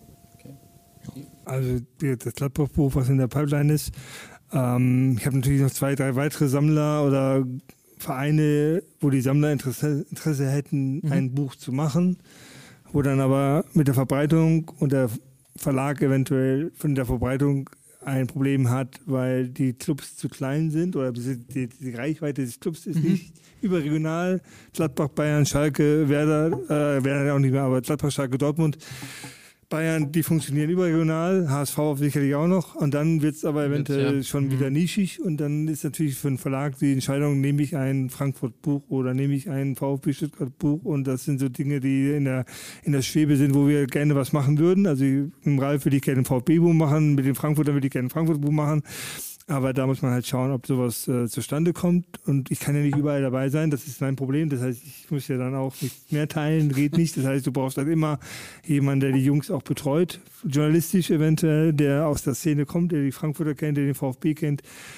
Also das Gladbach-Buch, was in der Pipeline ist. Ich habe natürlich noch 2, 3 weitere Sammler oder Vereine, wo die Sammler Interesse hätten, ein Buch zu machen, wo dann aber mit der Verbreitung und der Verlag eventuell von der Verbreitung ein Problem hat, weil die Clubs zu klein sind oder die Reichweite des Clubs ist nicht überregional. Gladbach, Bayern, Schalke, Werder auch nicht mehr, aber Gladbach, Schalke, Dortmund, Bayern, die funktionieren überregional, HSV sicherlich auch noch und dann wird es aber eventuell schon wieder nischig und dann ist natürlich für einen Verlag die Entscheidung, nehme ich ein Frankfurt-Buch oder nehme ich ein VfB Stuttgart-Buch und das sind so Dinge, die in der Schwebe sind, wo wir gerne was machen würden. Also mit dem Ralf würde ich gerne ein VfB-Buch machen, mit dem Frankfurter würde ich gerne ein Frankfurt-Buch machen. Aber da muss man halt schauen, ob sowas zustande kommt. Und ich kann ja nicht überall dabei sein, das ist mein Problem. Das heißt, ich muss ja dann auch nicht mehr teilen, geht nicht. Das heißt, du brauchst halt immer jemanden, der die Jungs auch betreut, journalistisch eventuell, der aus der Szene kommt, der die Frankfurter kennt, der den VfB kennt.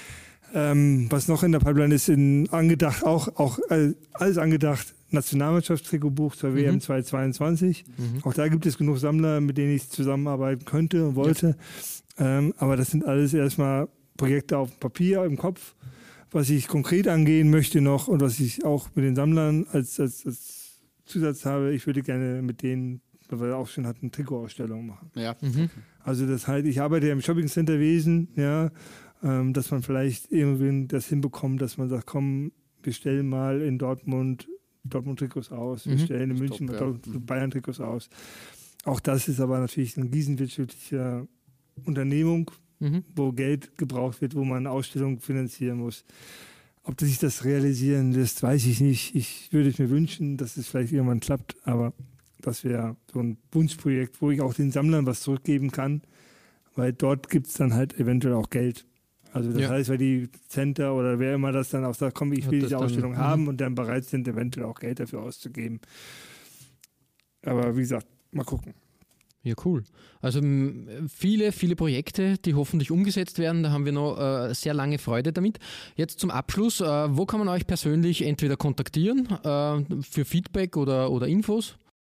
Was noch in der Pipeline ist, angedacht, auch alles angedacht, Nationalmannschaftstrikotbuch zur WM 2022. Auch da gibt es genug Sammler, mit denen ich zusammenarbeiten könnte und wollte. Aber das sind alles erstmal Projekte auf Papier, im Kopf, was ich konkret angehen möchte noch und was ich auch mit den Sammlern als Zusatz habe. Ich würde gerne mit denen, weil wir auch schon hatten, Trikotausstellungen machen. Ja. Also das heißt, ich arbeite ja im Shoppingcenterwesen, ja, dass man vielleicht irgendwie das hinbekommt, dass man sagt, komm, wir stellen mal in Dortmund Trikots aus, wir stellen in München Bayern-Trikots aus. Auch das ist aber natürlich eine riesenwirtschaftliche Unternehmung, wo Geld gebraucht wird, wo man eine Ausstellung finanzieren muss. Ob sich das realisieren lässt, weiß ich nicht. Ich würde es mir wünschen, dass es vielleicht irgendwann klappt, aber das wäre so ein Wunschprojekt, wo ich auch den Sammlern was zurückgeben kann, weil dort gibt es dann halt eventuell auch Geld. Also das heißt, weil die Center oder wer immer das dann auch sagt, komm, ich will diese Ausstellung haben und dann bereit sind, eventuell auch Geld dafür auszugeben. Aber wie gesagt, mal gucken. Ja, cool. Also viele, viele Projekte, die hoffentlich umgesetzt werden. Da haben wir noch sehr lange Freude damit. Jetzt zum Abschluss, wo kann man euch persönlich entweder kontaktieren für Feedback oder Infos?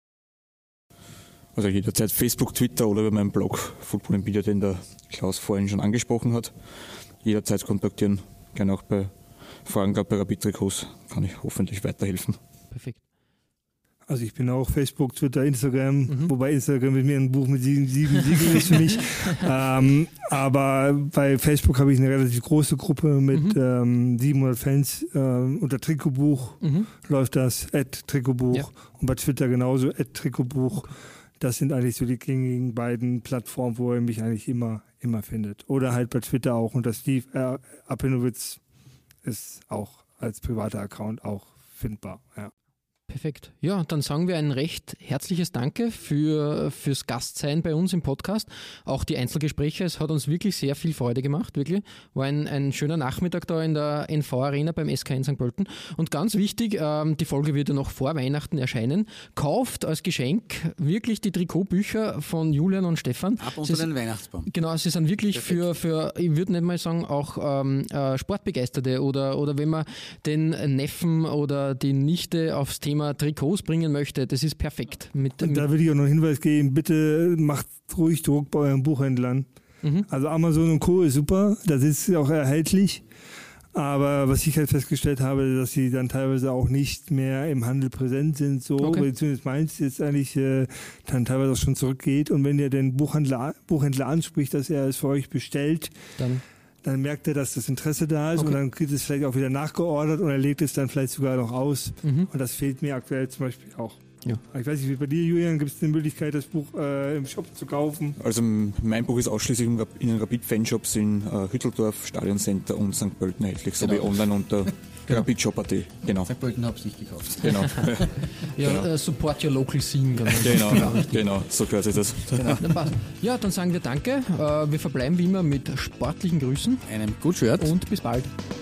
Also jederzeit Facebook, Twitter oder über meinen Blog Football Media, den der Klaus vorhin schon angesprochen hat. Jederzeit kontaktieren, gerne auch bei Fragen bei Rapid-Trikots, kann ich hoffentlich weiterhelfen. Perfekt. Also ich bin auch Facebook, Twitter, Instagram, wobei Instagram mit mir ein Buch mit 7 Siegeln ist für mich. Aber bei Facebook habe ich eine relativ große Gruppe mit 700 Fans. Unter Trikotbuch läuft das, @Trikotbuch. Ja. Und bei Twitter genauso, @Trikotbuch. Das sind eigentlich so die gängigen beiden Plattformen, wo ihr mich eigentlich immer findet. Oder halt bei Twitter auch. Und das Steve Apinowitz ist auch als privater Account auch findbar. Ja. Perfekt. Ja, dann sagen wir ein recht herzliches Danke fürs Gastsein bei uns im Podcast. Auch die Einzelgespräche, es hat uns wirklich sehr viel Freude gemacht, wirklich. War ein schöner Nachmittag da in der NV Arena beim SK in St. Pölten. Und ganz wichtig, die Folge wird ja noch vor Weihnachten erscheinen. Kauft als Geschenk wirklich die Trikotbücher von Julian und Stefan. Ab unter den Weihnachtsbaum. Genau, sie sind wirklich für ich würde nicht mal sagen, auch Sportbegeisterte oder wenn man den Neffen oder die Nichte aufs Thema Trikots bringen möchte, das ist perfekt. Da würde ich auch noch einen Hinweis geben, bitte macht ruhig Druck bei euren Buchhändlern. Also Amazon und Co. ist super, das ist auch erhältlich, aber was ich halt festgestellt habe, dass sie dann teilweise auch nicht mehr im Handel präsent sind, beziehungsweise meins jetzt eigentlich dann teilweise auch schon zurückgeht und wenn ihr den Buchhändler anspricht, dass er es für euch bestellt, dann merkt er, dass das Interesse da ist und dann kriegt es vielleicht auch wieder nachgeordert und er legt es dann vielleicht sogar noch aus. Und das fehlt mir aktuell zum Beispiel auch. Ja. Ich weiß nicht, wie bei dir, Julian, gibt es die Möglichkeit, das Buch im Shop zu kaufen? Also mein Buch ist ausschließlich in den Rapid-Fanshops in Hütteldorf, Stadioncenter und St. Pölten erhältlich, sowie online unter rapidshop.at. Genau. St. Pölten habe ich gekauft. Genau. Support your local scene. Genau, so gehört sich das. Genau. Ja, dann sagen wir danke. Wir verbleiben wie immer mit sportlichen Grüßen. Einem Good Shirt. Und bis bald.